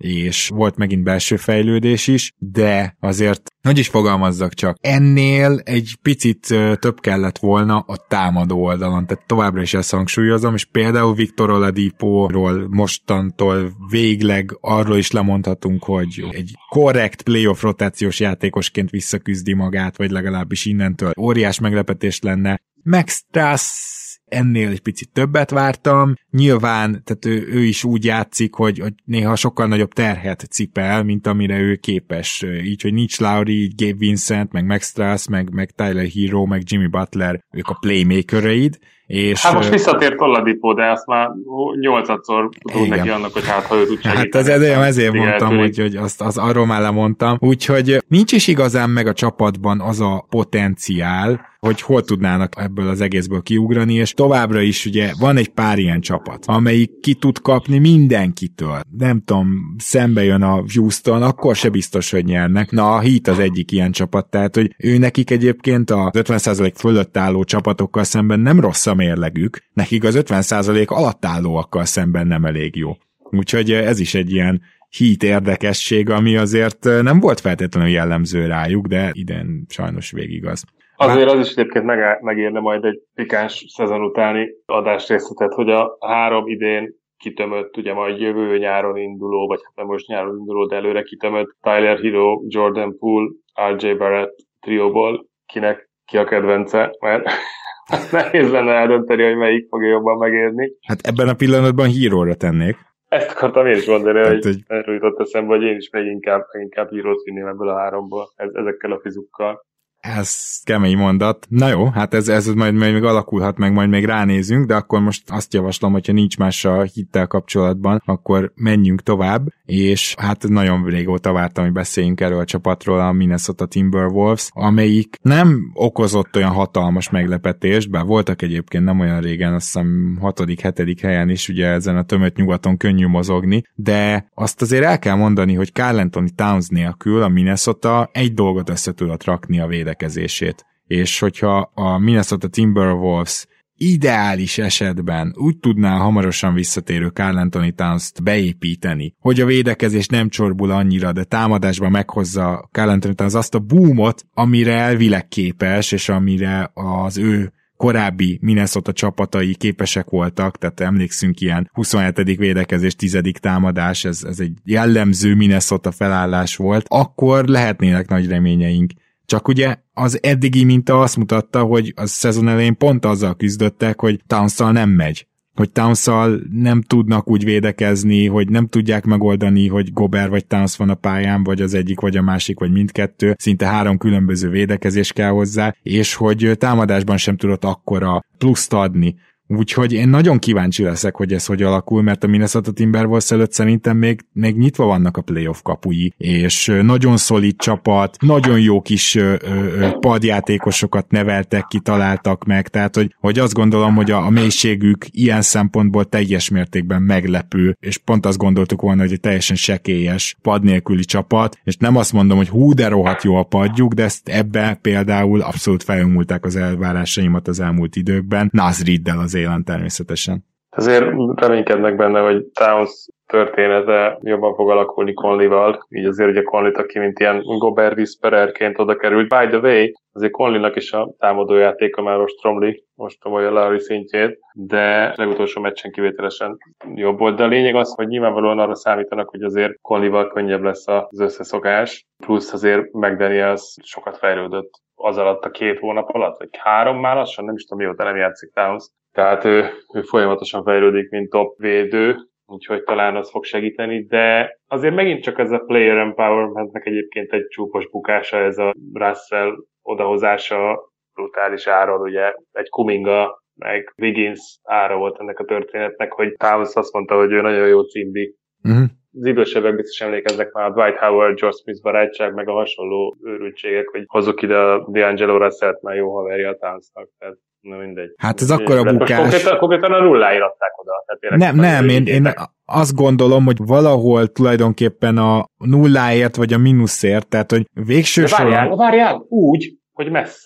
és volt megint belső fejlődés is, de azért, hogy is fogalmazzak csak, ennél egy picit több kellett volna a támadó oldalon, tehát továbbra is ezt hangsúlyozom, és például Victor Oladiporól mostantól végleg arról is lemondhatunk, hogy egy korrekt playoff rotációs játékosként visszaküzdi magát, vagy legalábbis innentől óriás meglepetés lenne. Max Strus ennél egy picit többet vártam. Nyilván, tehát ő, ő is úgy játszik, hogy, hogy néha sokkal nagyobb terhet cipel, mint amire ő képes. Így, hogy nincs Lowry, így Gabe Vincent, meg Max Strus, meg, meg Tyler Hero, meg Jimmy Butler, ők a playmakereid. És, hát most visszatért Oladipo, de azt már nyolcadszor tudod neki annak, hogy hát ha ő tud segíteni. Hát az ezért, ezért mondtam, hogy, hogy azt, az, arról már lemondtam. Úgyhogy nincs is igazán meg a csapatban az a potenciál, hogy hol tudnának ebből az egészből kiugrani, és továbbra is ugye van egy pár ilyen csapat, amelyik ki tud kapni mindenkitől. Nem tudom, szembe jön a Houston, akkor se biztos, hogy nyernek. Na, a Heat az egyik ilyen csapat, tehát, hogy ő nekik egyébként az ötven százalék fölött álló csapatokkal szemben nem rossz a mérlegük, nekik az ötven százalék alatt állóakkal szemben nem elég jó. Úgyhogy ez is egy ilyen Heat érdekesség, ami azért nem volt feltétlenül jellemző rájuk, de idén sajnos végig az. Azért az is egyébként meg, megérne majd egy pikáns szezon utáni adásrészletet, hogy a három idén kitömött, ugye majd jövő nyáron induló, vagy hát nem most nyáron induló, de előre kitömött Tyler Hero, Jordan Poole, er jé Barrett trióból, kinek ki a kedvence, mert nehéz lenne eldönteni, hogy melyik fogja jobban megérni. Hát ebben a pillanatban Hero-ra tennék. Ezt akartam én is mondani, hát, hogy, hogy erről jutott eszembe, hogy én is még inkább, inkább Hero-t vinném ebből a háromból, ez, ezekkel a fizukkal. Ez kemény mondat. Na jó, hát ez, ez majd, majd még alakulhat, meg majd még ránézünk, de akkor most azt javaslom, hogyha nincs más a Hittel kapcsolatban, akkor menjünk tovább, és hát nagyon régóta vártam, hogy beszéljünk erről a csapatról, a Minnesota Timberwolves, amelyik nem okozott olyan hatalmas meglepetést, bár voltak egyébként nem olyan régen, azt hiszem hatodik, hetedik helyen is, ugye ezen a tömött nyugaton könnyű mozogni, de azt azért el kell mondani, hogy Karl Anthony Towns nélkül a Minnesota egy dolgot össze tudott rakni a védekezését. És hogyha a Minnesota Timberwolves ideális esetben úgy tudná hamarosan visszatérő Karl Anthony Towns-t beépíteni, hogy a védekezés nem csorbul annyira, de támadásban meghozza Karl Anthony Towns azt a boomot, amire elvileg képes, és amire az ő korábbi Minnesota csapatai képesek voltak, tehát emlékszünk ilyen huszonhetedik védekezés, tizedik támadás, ez, ez egy jellemző Minnesota felállás volt, akkor lehetnének nagy reményeink. Csak ugye az eddigi minta azt mutatta, hogy a szezon elején pont azzal küzdöttek, hogy Townsszal nem megy. Hogy Townsszal nem tudnak úgy védekezni, hogy nem tudják megoldani, hogy Gobert vagy Towns van a pályán, vagy az egyik, vagy a másik, vagy mindkettő. Szinte három különböző védekezés kell hozzá, és hogy támadásban sem tudott akkora pluszt adni. Úgyhogy én nagyon kíváncsi leszek, hogy ez hogy alakul, mert a Minnesota Timberwolves előtt szerintem még, még nyitva vannak a playoff kapui, és nagyon szolid csapat, nagyon jó kis ö, ö, padjátékosokat neveltek ki, találtak meg, tehát hogy, hogy azt gondolom, hogy a, a mélységük ilyen szempontból teljes mértékben meglepő, és pont azt gondoltuk volna, hogy egy teljesen sekélyes pad nélküli csapat, és nem azt mondom, hogy hú, de rohadt jó a padjuk, de ezt ebbe például abszolút felülmúlták az elvárásaimat az elmúlt időkben, Naz Reeddel az élen természetesen. Azért reménykednek benne, hogy Towns története jobban fog alakulni Conley-val, így azért ugye Conley, aki mint ilyen Gobert whispererként oda került. By the way, azért Conley-nak is a támadójátéka már most romli, most a Lowry szintjét, de legutolsó meccsen kivételesen jobb volt. De a lényeg az, hogy nyilvánvalóan arra számítanak, hogy azért Conley-val könnyebb lesz az összeszokás, plusz azért McDaniels sokat fejlődött az alatt a két hónap alatt, vagy három már lassan, nem is tudom mióta nem játszik Towns. Tehát ő, ő folyamatosan fejlődik, mint top védő, úgyhogy talán az fog segíteni, de azért megint csak ez a player empowermentnek egyébként egy csúpos bukása, ez a Russell odahozása brutális áron, ugye egy Kuminga, meg Wiggins ára volt ennek a történetnek, hogy Towns azt mondta, hogy ő nagyon jó címbi. Uh-huh. Az idősebbek biztos emlékeznek már a Dwight Howard, George Smith barátság, meg a hasonló őrültségek, hogy hozzuk ide a D'Angelo Russell-t, már jó haverja a Townsnak, tehát na mindegy. Hát ez akkor a bukás. Konkrétan, konkrétan a nulláira adták oda. Tehát nem, nem, én, én azt gondolom, hogy valahol tulajdonképpen a nulláért vagy a mínuszért, tehát hogy végső de várjál, soron... várjál, úgy, hogy messze.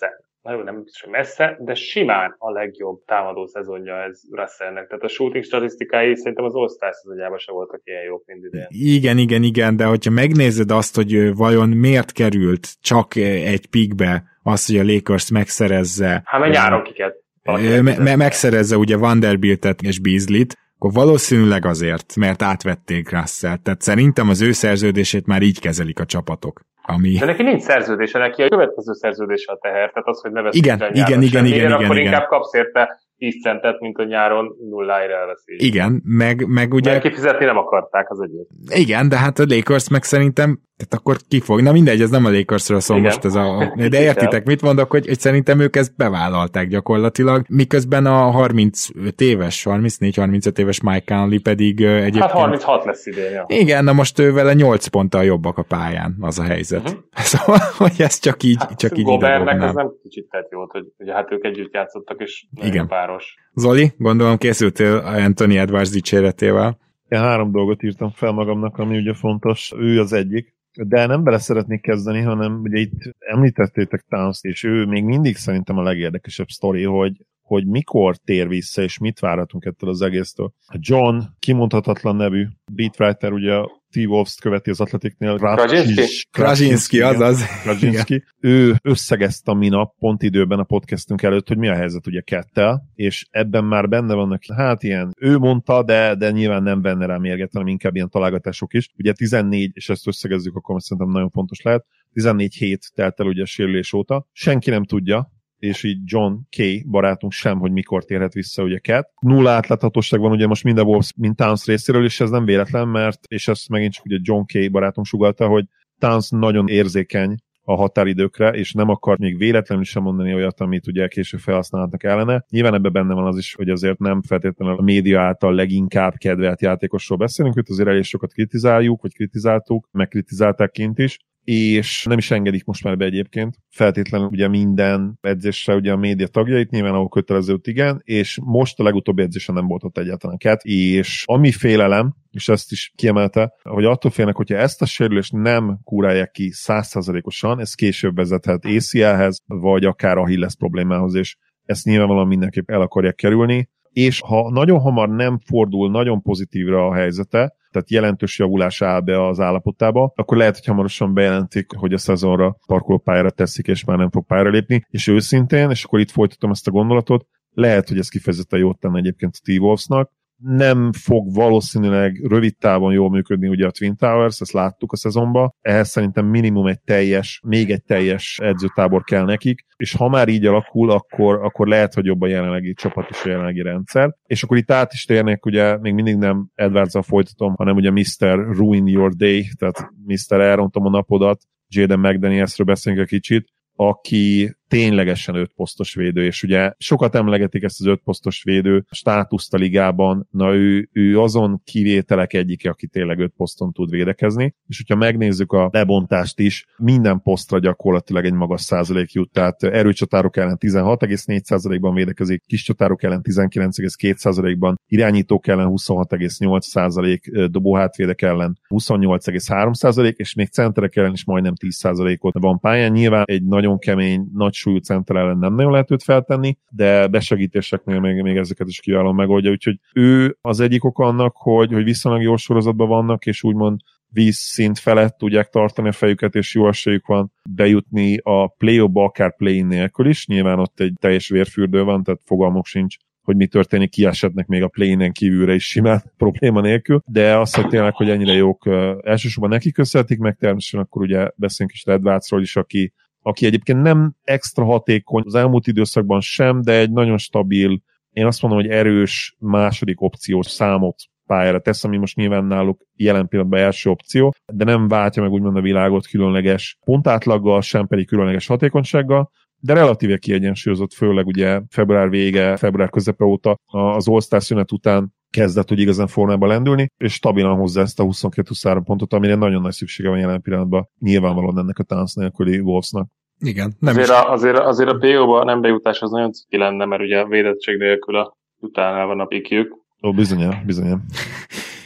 nagyon nem biztos, messze, de simán a legjobb támadó szezonja ez Russellnek. Tehát a shooting statisztikái szerintem az All-Star szezonjában sem voltak ilyen jók, mint idén. Igen, igen, igen, de hogyha megnézed azt, hogy vajon miért került csak egy pickbe az, hogy a Lakers megszerezze... Hát mert nyáron kiket. Me- me- megszerezze ugye Vanderbiltet és Beasley-t, akkor valószínűleg azért, mert átvették Russell. Tehát szerintem az ő szerződését már így kezelik a csapatok. Ami... De neki nincs szerződése, neki a következő szerződése a teher, tehát az, hogy ne veszünk igen, el igen, nyáron igen, semmi, igen, akkor igen, inkább igen. kapsz érte tíz centet, mint a nyáron nulláira elveszi. Igen, meg, meg ugye... Mert kifizetni nem akarták az egyet. Igen, de hát a Lakers meg szerintem, tehát akkor ki fog, na mindegy, ez nem a Lakersről szól igen. Most ez a... De értitek, mit mondok, hogy, hogy szerintem ők ezt bevállalták gyakorlatilag, miközben a harmincöt éves, harmincnégy-harmincöt éves Mike Conley pedig egyébként... Hát harminchat lesz idén, ja. Igen, na most ő vele nyolc ponttal jobbak a pályán, az a helyzet. Uh-huh. Szóval, hogy ez csak így, hát csak így Gobertnek ez nem kicsit tett jót, hogy ugye hát ők együtt játszottak, és igen. Páros. Zoli, gondolom készültél Anthony Edwards dicséretével. Én három dolgot írtam fel magamnak, ami ugye fontos. Ő az egyik, de nem bele szeretnék kezdeni, hanem ugye itt említettétek Towns-t, és ő még mindig szerintem a legérdekesebb sztori, hogy hogy mikor tér vissza, és mit várhatunk ettől az egésztől. John, kimondhatatlan nevű beatwriter, ugye a T-Wolves követi az Atletiknél. Krajinski, azaz. Krajinski. Ő összegezte a minap, pont időben a podcastünk előtt, hogy mi a helyzet ugye Kettel, és ebben már benne vannak, hát ilyen, ő mondta, de, de nyilván nem benne rá mérget, hanem inkább ilyen találgatások is. Ugye tizennégy, és ezt összegezzük, akkor szerintem nagyon fontos lehet, tizennégy hét telt el ugye a sérülés óta. Senki nem tudja, és így John K. barátunk sem, hogy mikor térhet vissza ugye Cat. Nulla átláthatóság van ugye most mind a Wolves, mint Towns részéről, és ez nem véletlen, mert, és ezt megint csak ugye John K. barátunk sugallta, hogy Towns nagyon érzékeny a határidőkre, és nem akar még véletlenül sem mondani olyat, amit ugye később felhasználhatnak ellene. Nyilván ebben benne van az is, hogy azért nem feltétlenül a média által leginkább kedvelt játékosról beszélünk, őt azért elég sokat kritizáljuk, vagy kritizáltuk, megkritizálták kint is, és nem is engedik most már be egyébként. Feltétlenül ugye minden edzésre ugye a média tagjait, nyilván ahol kötelező igen, és most a legutóbbi edzésen nem volt ott egyáltalán Cat, és ami félelem, és ezt is kiemelte, hogy attól félnek, hogyha ezt a sérülést nem kúrálják ki száz százalékosan, ez később vezethet á cé el-hez, vagy akár Achilles problémához, és ezt nyilvánvalóan mindenképp el akarják kerülni, és ha nagyon hamar nem fordul nagyon pozitívra a helyzete, tehát jelentős javulás áll be az állapotába, akkor lehet, hogy hamarosan bejelentik, hogy a szezonra parkolópályára teszik, és már nem fog pályára lépni, és őszintén, és akkor itt folytatom ezt a gondolatot, lehet, hogy ez kifejezetten jót tenne egyébként a T-Wolvesnak, nem fog valószínűleg rövid távon jól működni ugye a Twin Towers, ezt láttuk a szezonban, ehhez szerintem minimum egy teljes, még egy teljes edzőtábor kell nekik, és ha már így alakul, akkor, akkor lehet, hogy jobb a jelenlegi csapat és a jelenlegi rendszer. És akkor itt át is térnék, ugye még mindig nem Edwardzzal folytatom, hanem ugye miszter Ruin Your Day, tehát miszter elrontom a napodat, Jaden McDanielsről beszélünk egy kicsit, aki ténylegesen öt posztos védő, és ugye sokat emlegetik ezt az öt posztos védő státuszt a ligában, na ő, ő azon kivételek egyike, aki tényleg öt poszton tud védekezni, és hogyha megnézzük a lebontást is, minden posztra gyakorlatilag egy magas százalék jut, tehát erőcsatárok ellen tizenhat egész négy százalékban védekezik, kis csatárok ellen tizenkilenc egész két százalékban, irányítók ellen huszonhat egész nyolc százalék, dobóhátvédek ellen huszonnyolc egész három százalék, és még centerek ellen is majdnem tíz százalékot van pályán. Nyilván egy nagyon kemény, nagy súlyú center ellen nem nagyon lehet őt feltenni, de besegítéseknél még, még ezeket is kiválóan megoldja, úgyhogy ő az egyik oka annak, hogy, hogy viszonylag jó sorozatban vannak, és úgymond vízszint felett tudják tartani a fejüket, és jó esélyük van bejutni a play-offba, akár play-in nélkül is. Nyilván ott egy teljes vérfürdő van, tehát fogalmuk sincs, hogy mi történik, kieshetnek még a play-inen kívülre is simán probléma nélkül, de azt, hogy tényleg, hogy ennyire jók, uh, elsősorban neki köszönhetik, meg természetesen akkor ugye beszélünk is Edwardsról is, aki aki egyébként nem extra hatékony az elmúlt időszakban sem, de egy nagyon stabil, én azt mondom, hogy erős második opciós számot pályára tesz, ami most nyilván náluk jelen pillanatban első opció, de nem váltja meg úgymond a világot különleges pontátlaggal, sem pedig különleges hatékonysággal, de relatíve kiegyensúlyozott, főleg ugye február vége, február közepe óta az All-Star szünet után kezdett, hogy igazán formába lendülni, és stabilan hozzá ezt a huszonkettő-huszonhárom pontot, amire nagyon nagy szüksége van jelen pillanatban nyilvánvalóan ennek a tánc nélküli Wolvesnak. Igen. Nem azért, a, azért, azért a pé ó-ba nem bejutás az nagyon ciki lenne, mert ugye a védettség nélkül a utánál van a pikjük. Ó, bizonyán, bizonyán.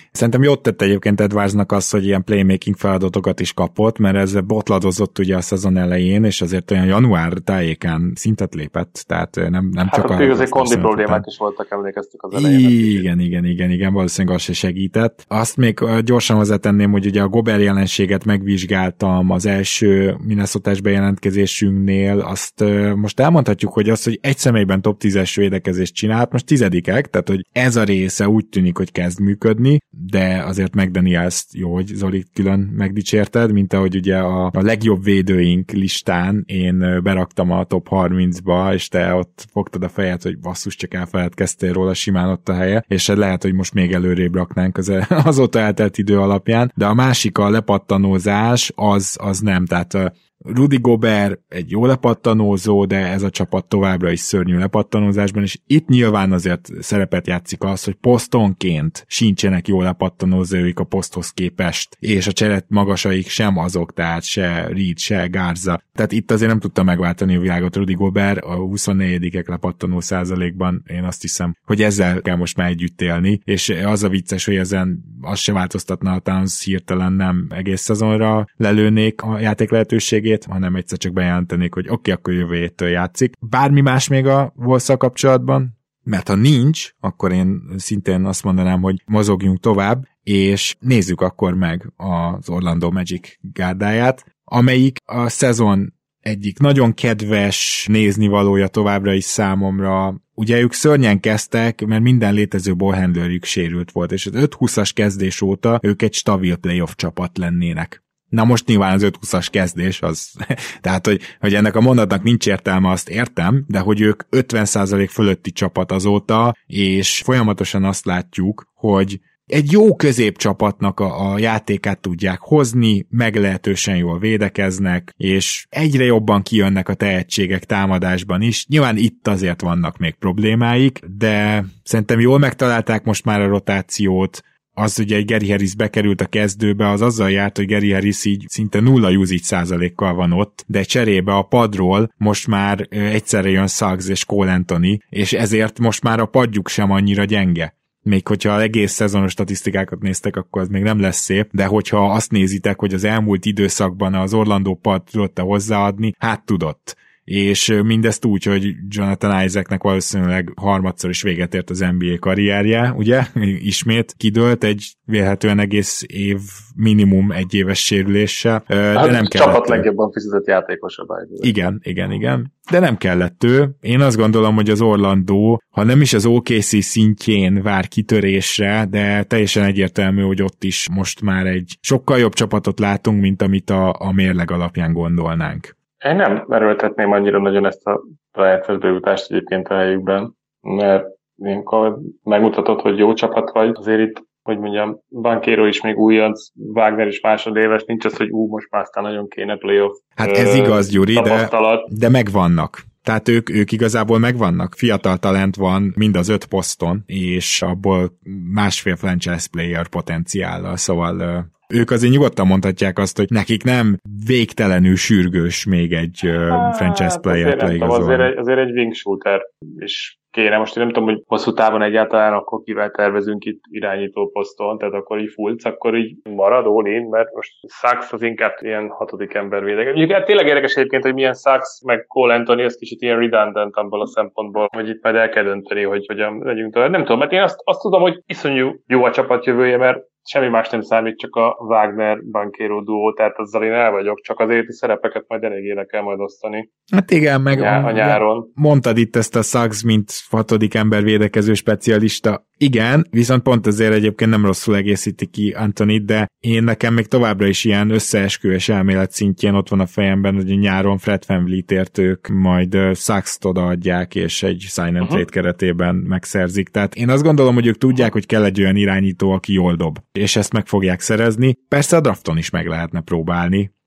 Szerintem jót tett egyébként Edwardsnak az, hogy ilyen playmaking feladatokat is kapott, mert ez botladozott ugye a szezon elején, és azért olyan január tájékán szintet lépett, tehát nem, nem hát csak a... Hát azért kondi problémák is voltak, emlékeztük az elején. Igen, igen, igen, igen, valószínűleg az se segített. Azt még gyorsan hozzátenném, hogy ugye a Gobert jelenséget megvizsgáltam az első Minnesota-s bejelentkezésünknél, azt most elmondhatjuk, hogy az, hogy egy személyben top tízes védekezést csinált, most tizedikek, tehát hogy ez a része úgy tűnik, hogy kezd működni, de azért McDaniels-t jó, hogy Zoli külön megdicsérted, mint ahogy ugye a, a legjobb védőink listán én beraktam a top harmincba, és te ott fogtad a fejed, hogy basszus, csak elfeledkeztél róla, simán ott a helye, és lehet, hogy most még előrébb raknánk az, azóta eltelt idő alapján, de a másik a lepattanózás, az, az nem, tehát Rudy Gobert egy jó lepattanózó, de ez a csapat továbbra is szörnyű lepattanózásban, és itt nyilván azért szerepet játszik az, hogy posztonként sincsenek jó lepattanózóik a poszthoz képest, és a cseret magasaik sem azok, tehát se Reed, se Garza. Tehát itt azért nem tudta megváltani a világot Rudy Gobert, a huszonnegyedikek lepattanó százalékban, én azt hiszem, hogy ezzel kell most már együtt élni, és az a vicces, hogy ezen azt se változtatna, a Towns hirtelen nem egész szezonra lelőnék a játék lehetőségét, hanem egyszer csak bejelentenék, hogy oké, okay, akkor jövő héttől játszik. Bármi más még a Wolves-szal kapcsolatban? Mert ha nincs, akkor én szintén azt mondanám, hogy mozogjunk tovább, és nézzük akkor meg az Orlando Magic gárdáját, amelyik a szezon egyik nagyon kedves néznivalója továbbra is számomra. Ugye ők szörnyen kezdtek, mert minden létező ballhandlerjük sérült volt, és az öt húszas kezdés óta ők egy stabil playoff csapat lennének. Na most nyilván az öt húszas kezdés, az, tehát, hogy, hogy ennek a mondatnak nincs értelme, azt értem, de hogy ők ötven százalék fölötti csapat azóta, és folyamatosan azt látjuk, hogy egy jó középcsapatnak a, a játékát tudják hozni, meglehetősen jól védekeznek, és egyre jobban kijönnek a tehetségek támadásban is. Nyilván itt azért vannak még problémáik, de szerintem jól megtalálták most már a rotációt. Az ugye egy Gary Harris bekerült a kezdőbe, az azzal járt, hogy Gary Harris így szinte nulla usage százalékkal van ott, de cserébe a padról most már egyszerre jön Suggs és Cole Anthony, és ezért most már a padjuk sem annyira gyenge. Még hogyha az egész szezonos statisztikákat néztek, akkor az még nem lesz szép, de hogyha azt nézitek, hogy az elmúlt időszakban az Orlando pad tudott hozzáadni, hát tudott. És mindezt úgy, hogy Jonathan Isaacnek valószínűleg harmadszor is véget ért az en bé á karrierje, ugye? Ismét kidőlt egy vélhetően egész év minimum egy éves sérüléssel, de hát nem kellett. Csapat legjobban fizetett játékosabb. Igen, igen, igen. De nem kellett ő. Én azt gondolom, hogy az Orlando, ha nem is az o ká cé szintjén vár kitörésre, de teljesen egyértelmű, hogy ott is most már egy sokkal jobb csapatot látunk, mint amit a, a mérleg alapján gondolnánk. Én nem erőltetném annyira nagyon ezt a rájátszás bejutást egyébként a helyükben, mert ilyenkor megmutatod, hogy jó csapat vagy. Azért itt, hogy mondjam, Banchero is még újonc, Wagner is másodéves, nincs az, hogy ú, most már aztán nagyon kéne playoff. Hát ez ö, igaz, Gyuri, de, de megvannak. Tehát ők, ők igazából megvannak. Fiatal talent van mind az öt poszton, és abból másfél franchise player potenciállal, szóval ők azért nyugodtan mondhatják azt, hogy nekik nem végtelenül sürgős még egy hát, franchise player-t leigazolni. Azért egy, azért egy wing shooter is kéne. Most én nem tudom, hogy hosszú távon egyáltalán akkor kivel tervezünk itt irányító poszton, tehát akkor így Fultz, akkor így marad all-in, mert most Suggs az inkább ilyen hatodik ember védekezés. Mondjuk hát tényleg érdekes egyébként, hogy milyen Suggs, meg Cole Anthony, ez kicsit ilyen redundant abból a szempontból, hogy itt majd el kell dönteni, hogy hogyan legyünk tovább. Nem tudom, mert én azt, azt tudom, hogy iszonyú jó a csapat jövője, mert semmi más nem számít, csak a Wagner-Banchero duó, tehát azzal én el vagyok, csak azért a szerepeket majd eléggé kell majd osztani. Hát igen, meg a, a nyáron. Mondtad itt ezt a Suggs, mint hatodik ember védekező specialista. Igen, viszont pont azért egyébként nem rosszul egészíti ki Anthony, de én nekem még továbbra is ilyen összeesküvés elmélet szintjén ott van a fejemben, hogy a nyáron Fred VanVleet-ért ők majd Suggs-t odaadják, és egy sign and trade uh-huh. keretében megszerzik. Tehát én azt gondolom, hogy ők tudják, hogy kell egy olyan irányító, aki jól dob, és ezt meg fogják szerezni. Persze a drafton is meg lehetne próbálni,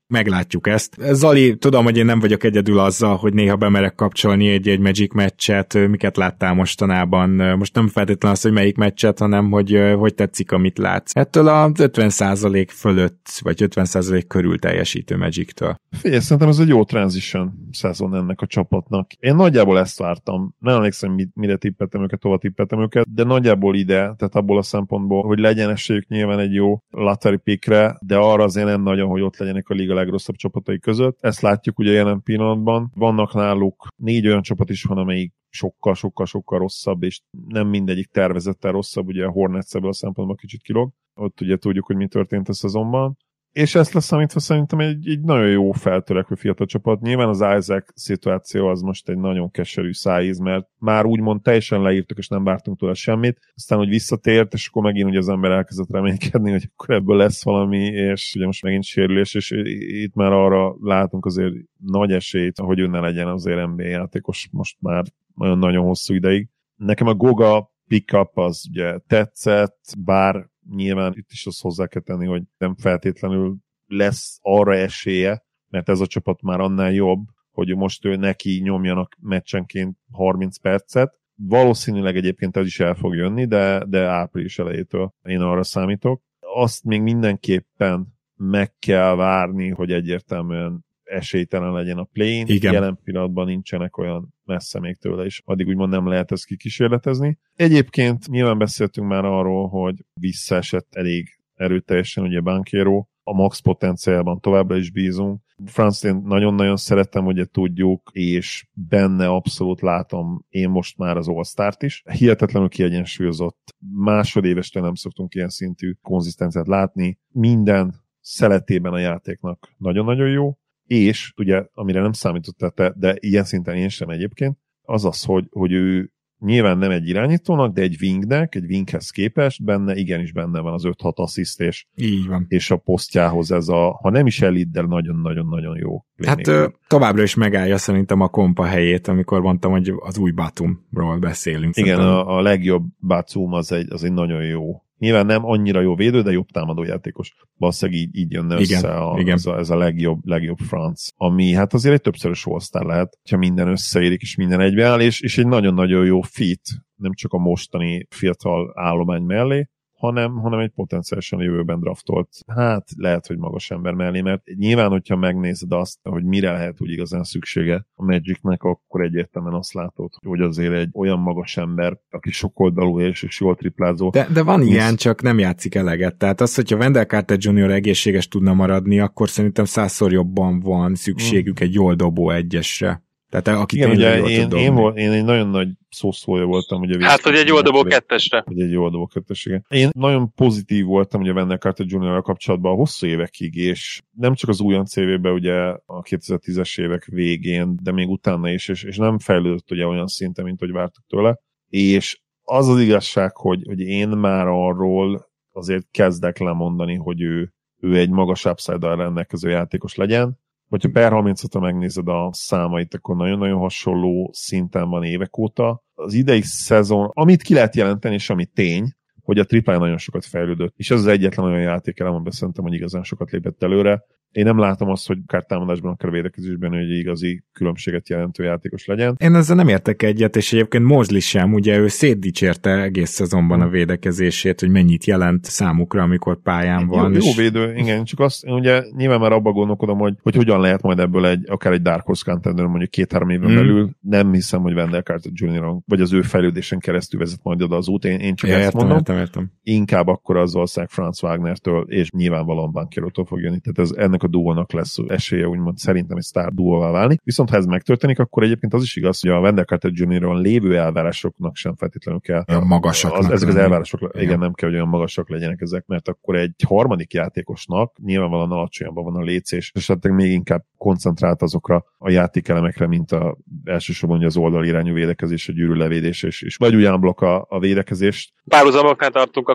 meglátjuk ezt. Zali, tudom, hogy én nem vagyok egyedül azzal, hogy néha bemerek kapcsolni egy-egy Magic meccset, miket láttál mostanában. Most nem feltétlenül az, hogy melyik meccset, hanem hogy hogy tetszik, amit látsz. Ettől az ötven százalék fölött, vagy ötven százalék körül teljesítő Magic-től. Figyelj, szerintem ez egy jó transition szezon ennek a csapatnak. Én nagyjából ezt vártam. Nem emlékszem, mire tippeltem őket, hova tippeltem őket, de nagyjából ide, tehát abból a szempontból, hogy legyen esélyük nyilván egy jó lottery pickre, de arra azért nem nagyon, hogy ott legyenek a liga legrosszabb csapatai között. Ezt látjuk ugye jelen pillanatban. Vannak náluk négy olyan csapat is van, amelyik sokkal-sokkal-sokkal rosszabb, és nem mindegyik tervezettel rosszabb, ugye a Hornets ebből a szempontból kicsit kilóg. Ott ugye tudjuk, hogy mi történt a szezonban. És ezt leszámítva szerintem egy, egy nagyon jó feltörekvő fiatal csapat. Nyilván az Isaac szituáció az most egy nagyon keserű szájíz, mert már úgymond teljesen leírtuk, és nem vártunk tőle semmit. Aztán, hogy visszatért, és akkor megint ugye az ember elkezdett reménykedni, hogy akkor ebből lesz valami, és ugye most megint sérülés, és itt már arra látunk azért nagy esélyt, hogy ő ne legyen azért en bé á játékos most már nagyon-nagyon hosszú ideig. Nekem a Goga pickup az ugye tetszett, bár nyilván itt is azt hozzá kell tenni, hogy nem feltétlenül lesz arra esélye, mert ez a csapat már annál jobb, hogy most ő neki nyomjanak meccsenként harminc percet. Valószínűleg egyébként ez is el fog jönni, de, de április elejétől én arra számítok. Azt még mindenképpen meg kell várni, hogy egyértelműen esélytelen legyen a play-in. Jelen pillanatban nincsenek olyan messze még tőle is. Addig úgymond nem lehet ezt kikísérletezni. Egyébként nyilván beszéltünk már arról, hogy visszaesett elég erőteljesen ugye Banchero. A max potenciálban továbbra is bízunk. Franzt én nagyon-nagyon szeretem, ugye tudjuk, és benne abszolút látom én most már az All-Start is. Hihetetlenül kiegyensúlyozott. Másodévestől nem szoktunk ilyen szintű konzisztenciát látni. Minden szeletében a játéknak nagyon-nagyon jó. És ugye, amire nem számítottál te, de ilyen szinten én sem egyébként, az az, hogy, hogy ő nyilván nem egy irányítónak, de egy wingnek, egy winghez képest benne, igenis benne van az öt-hat assziszt, és, és a posztjához ez a, ha nem is elit, de nagyon-nagyon-nagyon jó. Hát ö, továbbra is megállja szerintem a kompa helyét, amikor mondtam, hogy az új Batumról beszélünk. Igen, szerintem. a, a legjobb Batum az egy, az egy nagyon jó. Nyilván nem annyira jó védő, de jobb támadójátékos. Valószínűleg így, így jönne igen, össze a, igen. Ez, a, ez a legjobb, legjobb franc. Ami hát azért egy többszörös all-star lehet, ha minden összeérik és minden egybeáll, és, és egy nagyon-nagyon jó fit, nem csak a mostani fiatal állomány mellé, hanem, hanem egy potenciálisan jövőben draftolt, hát lehet, hogy magas ember mellé, mert nyilván, hogyha megnézed azt, hogy mire lehet úgy igazán szüksége a Magicnek, akkor egyértelműen azt látod, hogy azért egy olyan magas ember, aki sokoldalú és, és jól triplázó. De, de van ilyen, csak nem játszik eleget. Tehát az, hogyha Wendell Carter junior egészséges tudna maradni, akkor szerintem százszor jobban van szükségük hmm. egy jól dobó egyesre. Tehát aki igen, ugye én, én, volt, én egy nagyon nagy szószólja voltam. Ugye hát, hogy egy jól dobó kettesre. Hogy egy jól dobó kettesre. Én nagyon pozitív voltam ugye Wendell Carter juniorral kapcsolatban a hosszú évekig, és nem csak az újonc évében, ugye a kétezer-tízes évek végén, de még utána is, és, és nem fejlődött ugye olyan szinten, mint hogy vártuk tőle. És az az igazság, hogy, hogy én már arról azért kezdek lemondani, hogy ő, ő egy magas upside-dal rendelkező játékos legyen. Hogyha per harmincatra megnézed a számait, akkor nagyon-nagyon hasonló szinten van évek óta. Az idei szezon, amit ki lehet jelenteni, és ami tény, hogy a triplája nagyon sokat fejlődött. És ez az egyetlen olyan játékelem, amiben szerintem, hogy igazán sokat lépett előre. Én nem látom azt, hogy akár támadásban, akár védekezésben, hogy egy igazi különbséget jelentő játékos legyen. Én ezzel nem értek egyet, és egyébként Mosley sem, ugye ő szétdicsérte egész szezonban a védekezését, hogy mennyit jelent számukra, amikor pályán van. Jó, és... jó védő, igen, csak azt, ugye nyilván már abba gondolkodom, hogy, hogy hogyan lehet majd ebből egy, akár egy Dark Horse contender mondjuk két-három évben hmm. belül. Nem hiszem, hogy Wendell Carter junior vagy az ő fejlődésen keresztül vezet majd oda az út. Én, én csak ja, ezt értem, mondom. Értem, értem. Inkább akkor az ország Franz Wagnertől, és nyilvánvalóan Bancherótól fog jönni. Tehát ez, ennek a duónak lesz esélye, úgymond szerintem egy sztár duóvá válni. Viszont ha ez megtörténik, akkor egyébként az is igaz, hogy a Wendell Carter junior lévő elvárásoknak sem feltétlenül kell. Olyan magasaknak. Az, ezek az elvárások, igen. igen, nem kell, hogy olyan magasak legyenek ezek, mert akkor egy harmadik játékosnak nyilvánvalóan alacsonyabban van a létszés, és hát még inkább koncentrált azokra a játékelemekre, mint a elsősorban az oldalirányú védekezés, a gyűrű levédés, és, és vagy ugyan blokk a, a védekezést. Párhuzamoknál tartunk, akkor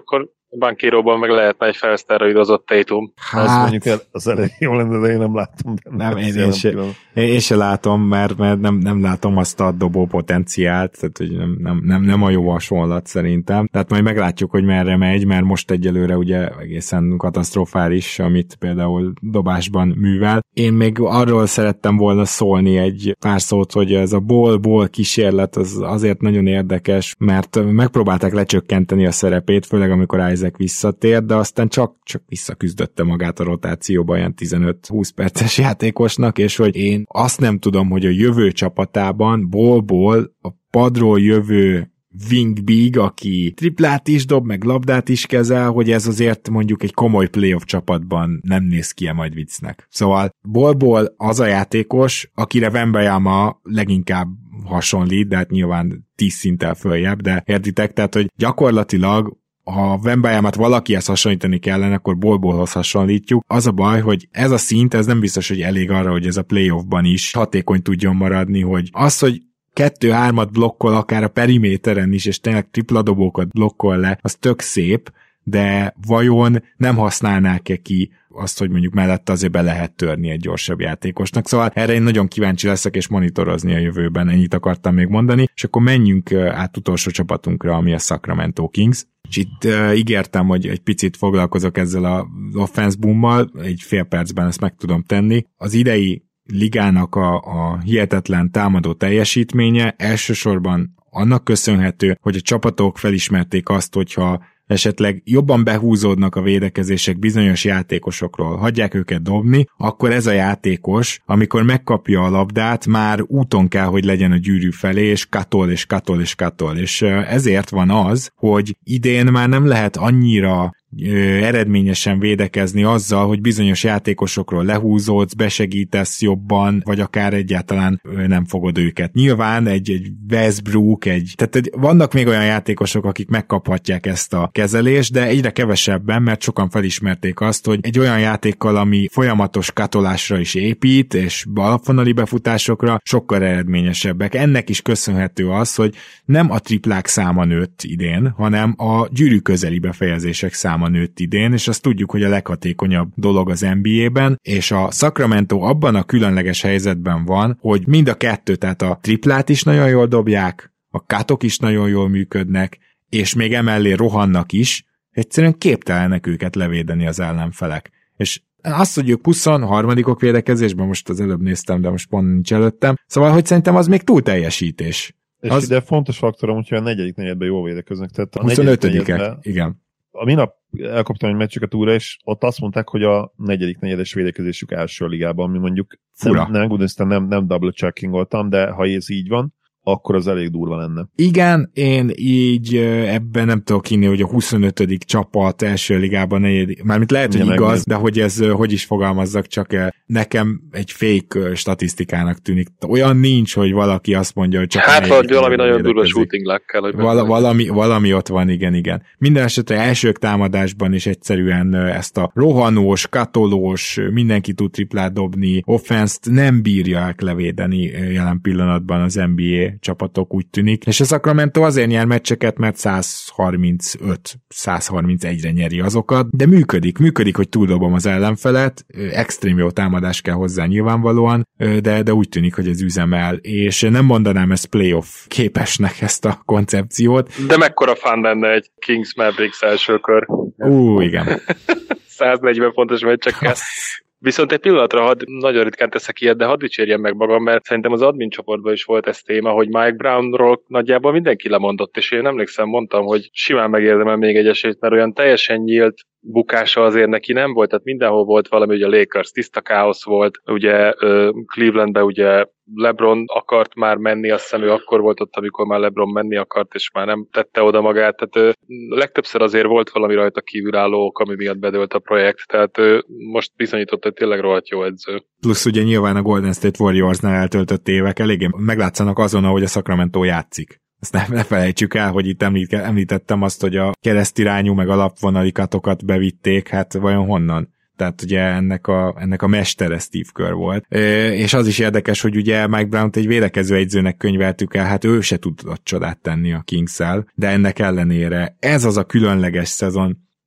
Bankéróban meg lehetne egy felszteroidozott Tatum. Hát... Az mondjuk el, az elején jó lenne, de én nem láttam. De nem, én, én, se, én se látom, mert, mert nem, nem látom azt a dobó potenciált, tehát hogy nem, nem, nem, nem a jó hasonlat szerintem. Tehát majd meglátjuk, hogy merre megy, mert most egyelőre ugye egészen katasztrofális, amit például dobásban művel. Én még arról szerettem volna szólni egy pár szót, hogy ez a ball-ball kísérlet az azért nagyon érdekes, mert megpróbálták lecsökkenteni a szerepét, főleg amikor Isaac visszatér, de aztán csak, csak visszaküzdötte magát a rotációba ilyen tizenöt-húsz perces játékosnak, és hogy én azt nem tudom, hogy a jövő csapatában ball-ball a padról jövő wing big, aki triplát is dob, meg labdát is kezel, hogy ez azért mondjuk egy komoly playoff csapatban nem néz ki majd viccnek. Szóval ball-ball az a játékos, akire Wembanyama leginkább hasonlít, de hát nyilván tíz szinttel följebb, de értitek, tehát hogy gyakorlatilag ha Wembanyamát valakihez hasonlítani kellene, akkor Ball-Ballhoz hasonlítjuk. Az a baj, hogy ez a szint, ez nem biztos, hogy elég arra, hogy ez a playoffban is hatékony tudjon maradni, hogy az, hogy kettő-hármat blokkol akár a periméteren is, és tényleg tripladobókat blokkol le, az tök szép, de vajon nem használnák-e ki azt, hogy mondjuk mellette azért be lehet törni egy gyorsabb játékosnak. Szóval erre én nagyon kíváncsi leszek, és monitorozni a jövőben, ennyit akartam még mondani, és akkor menjünk át utolsó csapatunkra, ami a Sacramento Kings. És itt uh, ígértem, hogy egy picit foglalkozok ezzel az offense boommal, egy fél percben ezt meg tudom tenni. Az idei ligának a, a hihetetlen támadó teljesítménye elsősorban annak köszönhető, hogy a csapatok felismerték azt, hogyha esetleg jobban behúzódnak a védekezések bizonyos játékosokról, hagyják őket dobni, akkor ez a játékos, amikor megkapja a labdát, már úton kell, hogy legyen a gyűrű felé, és katol, és katol, és katol. És ezért van az, hogy idén már nem lehet annyira eredményesen védekezni azzal, hogy bizonyos játékosokról lehúzódsz, besegítesz jobban, vagy akár egyáltalán nem fogod őket. Nyilván egy, egy Westbrook, egy, tehát egy, vannak még olyan játékosok, akik megkaphatják ezt a kezelést, de egyre kevesebben, mert sokan felismerték azt, hogy egy olyan játékkal, ami folyamatos katolásra is épít, és alapvonali befutásokra sokkal eredményesebbek. Ennek is köszönhető az, hogy nem a triplák száma nőtt idén, hanem a gyűrű közeli befejezések száma nőtt idén, és azt tudjuk, hogy a leghatékonyabb dolog az en bé á-ben, és a Sacramento abban a különleges helyzetben van, hogy mind a kettő, tehát a triplát is nagyon jól dobják, a katok is nagyon jól működnek, és még emellé rohannak is, egyszerűen képtelenek őket levédeni az ellenfelek. És azt, hogy ők huszonharmadikok védekezésben, most az előbb néztem, de most pont nincs előttem, szóval, hogy szerintem az még túl teljesítés. És az... ide fontos faktorom, hogyha a negyedik negyedben jól védekeznek. Tehát a huszonötödikek, igen. A minap elkaptam egy meccseket újra, és ott azt mondták, hogy a negyedik negyedes védekezésük első ligában, ami mondjuk fura. Nem, nem, nem, nem double checkingoltam, de ha ez így van, akkor az elég durva lenne. Igen, én így ebben nem tudok hinni, hogy a huszonötödik csapat első ligában negyedik, mármint lehet, hogy ja, igaz, meg, de hogy ez, hogy is fogalmazzak, csak nekem egy fake statisztikának tűnik. Olyan nincs, hogy valaki azt mondja, hogy csak hát vagy valami nagyon durva shooting luck kell, hogy Val- valami, valami ott van, igen, igen. Minden esetre elsők támadásban is egyszerűen ezt a rohanós, katolós, mindenki tud triplát dobni, offenszt nem bírják levédeni jelen pillanatban az en bé á csapatok, úgy tűnik. És a Sacramento azért nyer meccseket, mert száz harmincöt száz harmincegyre nyeri azokat, de működik, működik, hogy túldobom az ellenfelet, extrém jó támadás kell hozzá nyilvánvalóan, de, de úgy tűnik, hogy ez üzemel, és nem mondanám ezt playoff képesnek ezt a koncepciót. De mekkora fán lenne egy Kings Mavericks első kör. Ú, igen. száznegyven pontos meccsekkel. Viszont egy pillanatra, hadd, nagyon ritkán teszek ilyet, de hadd dicsérjem meg magam, mert szerintem az admin csoportban is volt ez téma, hogy Mike Brownról nagyjából mindenki lemondott, és én emlékszem, mondtam, hogy simán megérdemel még egy esélyt, mert olyan teljesen nyílt bukása azért neki nem volt, tehát mindenhol volt valami, ugye a Lakers tiszta káosz volt, ugye Clevelandben ugye LeBron akart már menni, azt hiszem ő akkor volt ott, amikor már LeBron menni akart, és már nem tette oda magát, tehát legtöbbször azért volt valami rajta kívülálló ok, ami miatt bedőlt a projekt, tehát most bizonyított, hogy tényleg rohadt jó edző. Plusz ugye nyilván a Golden State Warriorsnál eltöltött évek eléggé meglátszanak azon, ahogy a Sacramento játszik. Ezt ne, ne felejtsük el, hogy itt említ, említettem azt, hogy a keresztirányú meg alapvonali katokat bevitték, hát vajon honnan? Tehát ugye ennek a, ennek a mestere Steve Kerr volt. E, és az is érdekes, hogy ugye Mike Brown-t egy védekező egyzőnek könyveltük el, hát ő se tudott csodát tenni a Kings-szel, de ennek ellenére ez az a különleges szezon,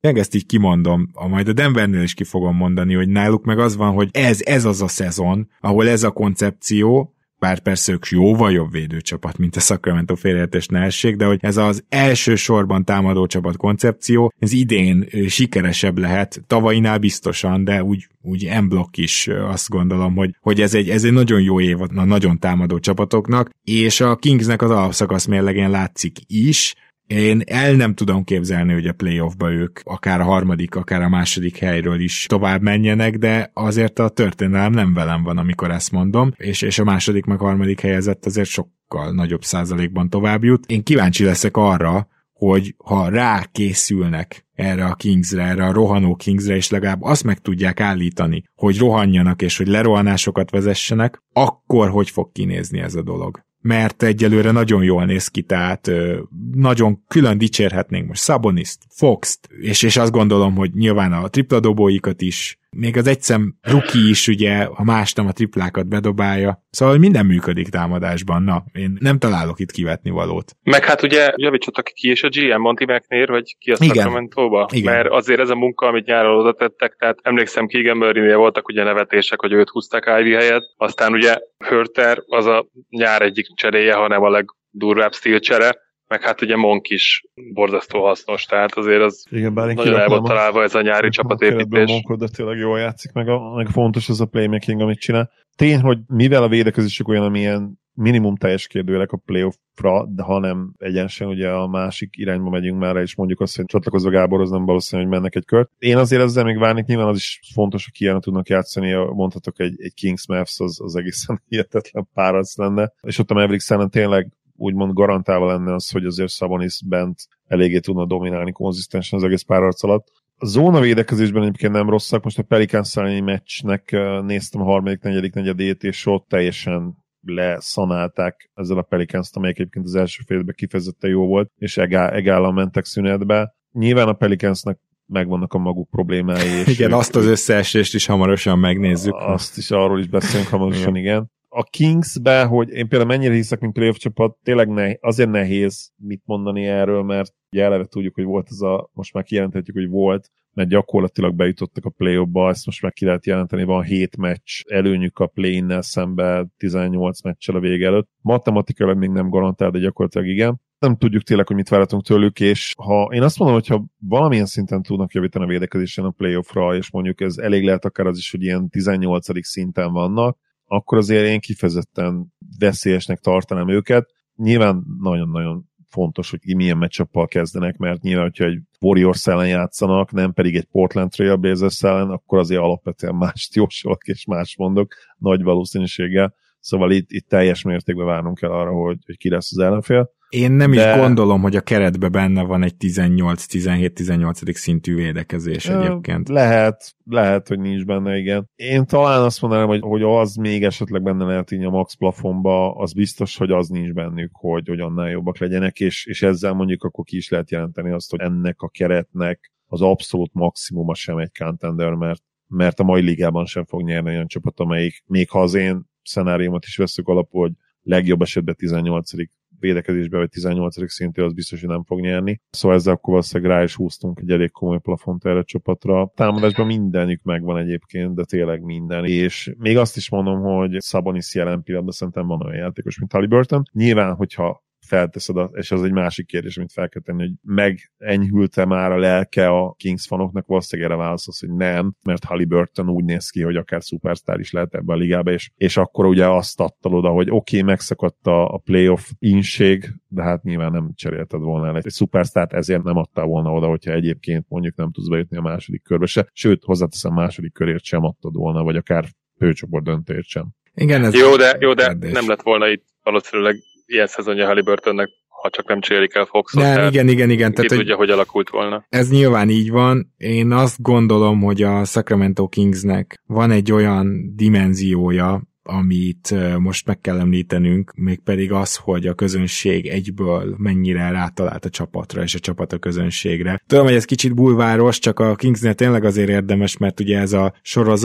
meg ezt így kimondom, a majd a Denvernél is ki fogom mondani, hogy náluk meg az van, hogy ez, ez az a szezon, ahol ez a koncepció, bár persze ők jóval jobb védőcsapat, mint a Sacramento, félreértés ne essék, de hogy ez az első sorban támadó csapat koncepció, ez idén sikeresebb lehet, tavainál biztosan, de úgy, úgy M-block is azt gondolom, hogy, hogy ez, egy, ez egy nagyon jó év a nagyon támadó csapatoknak, és a Kingsnek az alapszakasz mérlegén látszik is. Én el nem tudom képzelni, hogy a playoffba ők akár a harmadik, akár a második helyről is tovább menjenek, de azért a történelem nem velem van, amikor ezt mondom, és, és a második meg harmadik helyezett azért sokkal nagyobb százalékban tovább jut. Én kíváncsi leszek arra, hogy ha rákészülnek erre a Kingsre, erre a rohanó Kingsre, és legalább azt meg tudják állítani, hogy rohanjanak, és hogy lerohanásokat vezessenek, akkor hogy fog kinézni ez a dolog. Mert egyelőre nagyon jól néz ki, tehát ö, nagyon külön dicsérhetnénk most Szaboniszt, Foxt, és, és azt gondolom, hogy nyilván a tripladobóikat is, még az egyszem rookie is, ugye, ha más nem a triplákat bedobálja, szóval minden működik támadásban, na, én nem találok itt kivetni valót. Meg hát ugye javítsatok ki is a gé em Monty McNair, vagy ki a Sacramento-ba, mert azért ez a munka, amit nyáron oda tettek, tehát emlékszem, Keegan Murray-nél voltak ugye nevetések, hogy őt húzták Ivy helyett, aztán ugye Hörter az a nyár egyik cseréje, hanem a legdurvább stíl csere, meg hát ugye Monk is borzasztó hasznos, tehát azért az igen, nagyon el volt találva ez a nyári csapatépítés. Monkot, de tényleg jól játszik, meg, a, meg fontos ez a playmaking, amit csinál. Tény, hogy mivel a védekezésük olyan, amilyen minimum teljes kérdőjelek a playoffra, de ha nem egyensen ugye a másik irányba megyünk már, és mondjuk azt, hogy csatlakozva Gáborhoz nem valószínű, hogy mennek egy kört. Én azért ezzel még várnék, nyilván az is fontos, hogy kijelen tudnak játszani, mondhatok egy, egy Kings Mavs, az, az egészen hihetetlen párac lenne, és ott a Mavericks ellen tényleg úgymond garantálva lenne az, hogy azért Sabonis bent eléggé tudna dominálni konzisztensen az egész párharc alatt. A zóna védekezésben egyébként nem rosszak, most a Pelicans elleni meccsnek néztem a harmadik, negyedik negyedét, és ott teljesen leszanálták ezzel a Pelicans-t, amelyik egyébként az első félben kifejezetten jó volt, és egál, egállan mentek szünetbe. Nyilván a Pelicansnak megvannak a maguk problémái. És igen, ők, azt az összeesést is hamarosan megnézzük. Azt is, arról is beszélünk hamarosan, igen. A Kingsbe, hogy én például mennyire hiszek, mint playoff csapat, tényleg ne, azért nehéz mit mondani erről, mert ugye eleve tudjuk, hogy volt ez a, most már kijelenthetjük, hogy volt, mert gyakorlatilag bejutottak a playoffba, ezt most már ki lehet jelenteni, van hét meccs előnyük a play-innel szemben tizennyolc meccsel a vége előtt. Matematikailag még nem garantál, de gyakorlatilag igen. Nem tudjuk tényleg, hogy mit várhatunk tőlük, és ha én azt mondom, hogy ha valamilyen szinten tudnak javítani a védekezésen a playoffra, és mondjuk ez elég lehet akár az is, hogy ilyen tizennyolcadik szinten vannak, akkor azért én kifejezetten veszélyesnek tartanám őket. Nyilván nagyon-nagyon fontos, hogy milyen matchuppal kezdenek, mert nyilván, hogyha egy Warriors ellen játszanak, nem pedig egy Portland Trail Blazers ellen, akkor azért alapvetően mást jósolok és más mondok nagy valószínűséggel. Szóval itt, itt teljes mértékben várnunk kell arra, hogy, hogy ki lesz az ellenfél. Én nem de... is gondolom, hogy a keretben benne van egy tizennyolc tizenhét tizennyolcadik szintű védekezés egyébként. Lehet, lehet, hogy nincs benne, igen. Én talán azt mondanám, hogy, hogy az még esetleg benne lehet így a max plafonba, az biztos, hogy az nincs bennük, hogy, hogy annál jobbak legyenek, és, és ezzel mondjuk akkor ki is lehet jelenteni azt, hogy ennek a keretnek az abszolút maximuma sem egy contender, mert, mert a mai ligában sem fog nyerni olyan csapat, amelyik, még ha az én szenáriumat is veszük alapul, hogy legjobb esetben tizennyolcadik védekezésben, vagy tizennyolcadik szintű, az biztos, hogy nem fog nyerni. Szóval ezzel akkor valószínűleg rá is húztunk egy elég komoly plafont erre a csapatra. Támadásban mindenük megvan egyébként, de tényleg minden. És még azt is mondom, hogy Sabonis jelen pillanatban szerintem van olyan játékos, mint Haliburton. Nyilván, hogyha felteszed, a, és az egy másik kérdés, amit fel kell tenni, hogy megenyhült-e már a lelke a Kings fanoknak, valószínűleg erre válaszolsz, hogy nem, mert Haliburton úgy néz ki, hogy akár szupersztár is lehet ebbe a ligába, és, és akkor ugye azt adtad oda, hogy oké, okay, megszakadt a, a playoff inség, de hát nyilván nem cserélted volna el egy szupersztárt, ezért nem adtál volna oda, hogyha egyébként mondjuk nem tudsz bejutni a második körbe se, sőt, hozzáteszem, második körért sem adtad volna, vagy akár főcsoport döntőért sem. Igen, ez jó, de, jó, de nem lett volna itt valószínűleg ilyen szezonja Haliburtonnek, ha csak nem csérik el Foxot. Nem, igen, igen, igen. Ki tehát, tudja, hogy, hogy alakult volna. Ez nyilván így van. Én azt gondolom, hogy a Sacramento Kingsnek van egy olyan dimenziója, amit most meg kell említenünk, mégpedig az, hogy a közönség egyből mennyire rátalált a csapatra, és a csapat a közönségre. Tudom, hogy ez kicsit bulváros, csak a Kingsnél tényleg azért érdemes, mert ugye ez a sorozat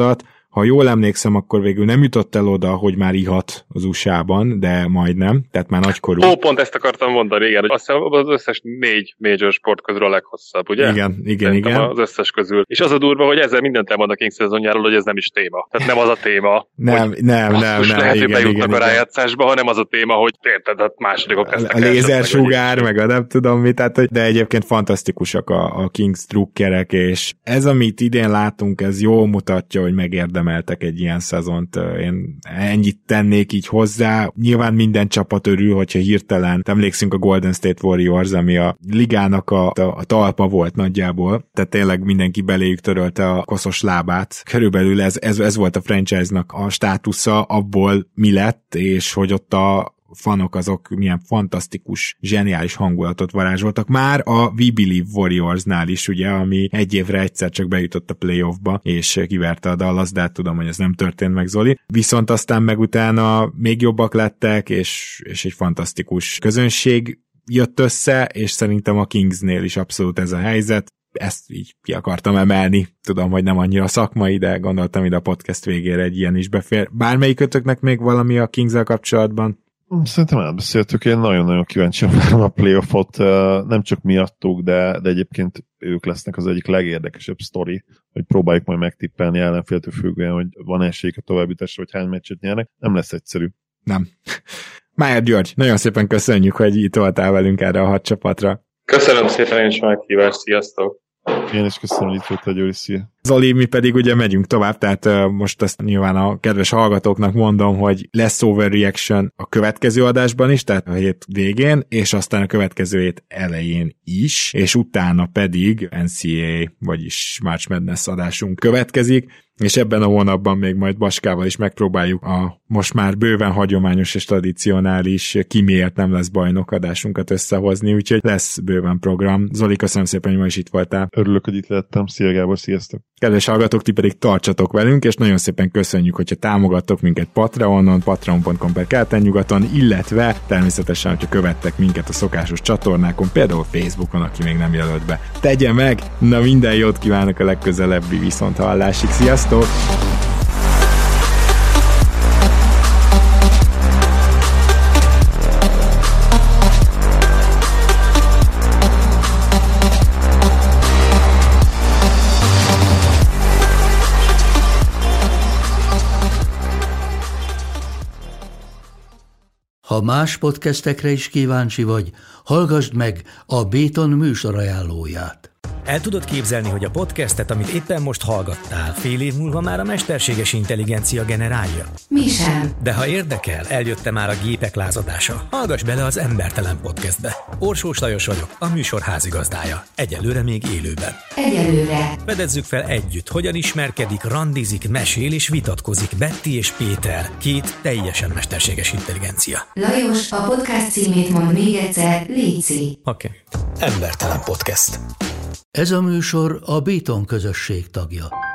Ha jól emlékszem, akkor végül nem jutott el oda, hogy már ihat az u es á-ban, de majdnem, tehát már nagykorú. Ó, pont ezt akartam mondani, igen, hogy azt hiszem az összes négy major sport közül a leghosszabb, ugye? Igen, igen, Szerintem igen. Az összes közül. És az a durva, hogy ezzel mindent elmond a Kings szezonjáról, hogy ez nem is téma. Tehát nem az a téma. Nem, nem, nem, nem. Lehet, igen, hogy bejutnak igen, a rájátszásba, hanem az a téma, hogy érted, hát másodikok lesznek. A lézersugár, meg a nem tudom mit, tehát, de egyébként fantasztikusak a, a Kings drukkerek, és ez, amit idén látunk, ez jól mutatja, hogy megérdemeltek egy ilyen szezont. Én ennyit tennék így hozzá. Nyilván minden csapat örül, hogyha hirtelen, emlékszünk a Golden State Warriors, ami a ligának a, a, a talpa volt nagyjából, tehát tényleg mindenki beléjük törölte a koszos lábát. Körülbelül ez, ez, ez volt a franchise-nak a státusza, abból mi lett, és hogy ott a fanok azok milyen fantasztikus, zseniális hangulatot varázsoltak. Már a We Believe Warriorsnál is, ugye, ami egy évre egyszer csak bejutott a playoffba, és kiverte a Dallas, de hát tudom, hogy ez nem történt meg, Zoli. Viszont aztán meg utána még jobbak lettek, és, és egy fantasztikus közönség jött össze, és szerintem a Kingsnél is abszolút ez a helyzet. Ezt így ki akartam emelni. Tudom, hogy nem annyira szakmai, de gondoltam, hogy a podcast végére egy ilyen is befér. Bármelyikötöknek még valami a Kings-el kapcsolatban? Szerintem elbeszéltük, én nagyon-nagyon kíváncsian várom a playoffot, nem csak miattuk, de, de egyébként ők lesznek az egyik legérdekesebb sztori, hogy próbáljuk majd megtippelni ellenféltől függően, hogy van esélyük a továbbításra, vagy hány meccset nyernek. Nem lesz egyszerű. Nem. Májer György, nagyon szépen köszönjük, hogy itt voltál velünk erre a hat csapatra. Köszönöm szépen én is a meghívást, sziasztok! Én is köszönöm, hogy itt voltál, Gyuri, szia! Zoli, mi pedig ugye megyünk tovább, tehát uh, most ezt nyilván a kedves hallgatóknak mondom, hogy lesz overreaction a következő adásban is, tehát a hét végén, és aztán a következő hét elején is, és utána pedig en cé á á, vagyis March Madness adásunk következik, és ebben a hónapban még majd Baskával is megpróbáljuk a most már bőven hagyományos és tradicionális ki miért nem lesz bajnok adásunkat összehozni, úgyhogy lesz bőven program. Zoli, köszönöm szépen, hogy ma is itt voltál. Örülök, hogy itt lettem. Szia Gábor, sziasztok! Kedves hallgatók, ti pedig tartsatok velünk, és nagyon szépen köszönjük, hogyha támogattok minket Patreonon, patreon pont com per keleten-nyugaton, illetve természetesen, hogyha követtek minket a szokásos csatornákon, például Facebookon, aki még nem jelölt be. Tegye meg! Na, minden jót kívánok a legközelebbi viszonthallásig. Sziasztok! Ha más podcastekre is kíváncsi vagy, hallgassd meg a Béton műsor ajánlóját. El tudod képzelni, hogy a podcastet, amit éppen most hallgattál, fél év múlva már a mesterséges intelligencia generálja? Mi sem. De ha érdekel, eljött már a gépek lázadása. Hallgass bele az Embertelen Podcastbe. Orsós Lajos vagyok, a műsor házigazdája. Egyelőre még élőben. Egyelőre. Fedezzük fel együtt, hogyan ismerkedik, randizik, mesél és vitatkozik Betty és Péter, két teljesen mesterséges intelligencia. Lajos, a podcast címét mond még egyszer, léci. Oké. Okay. Embertelen Podcast. Ez a műsor a Béton közösség tagja.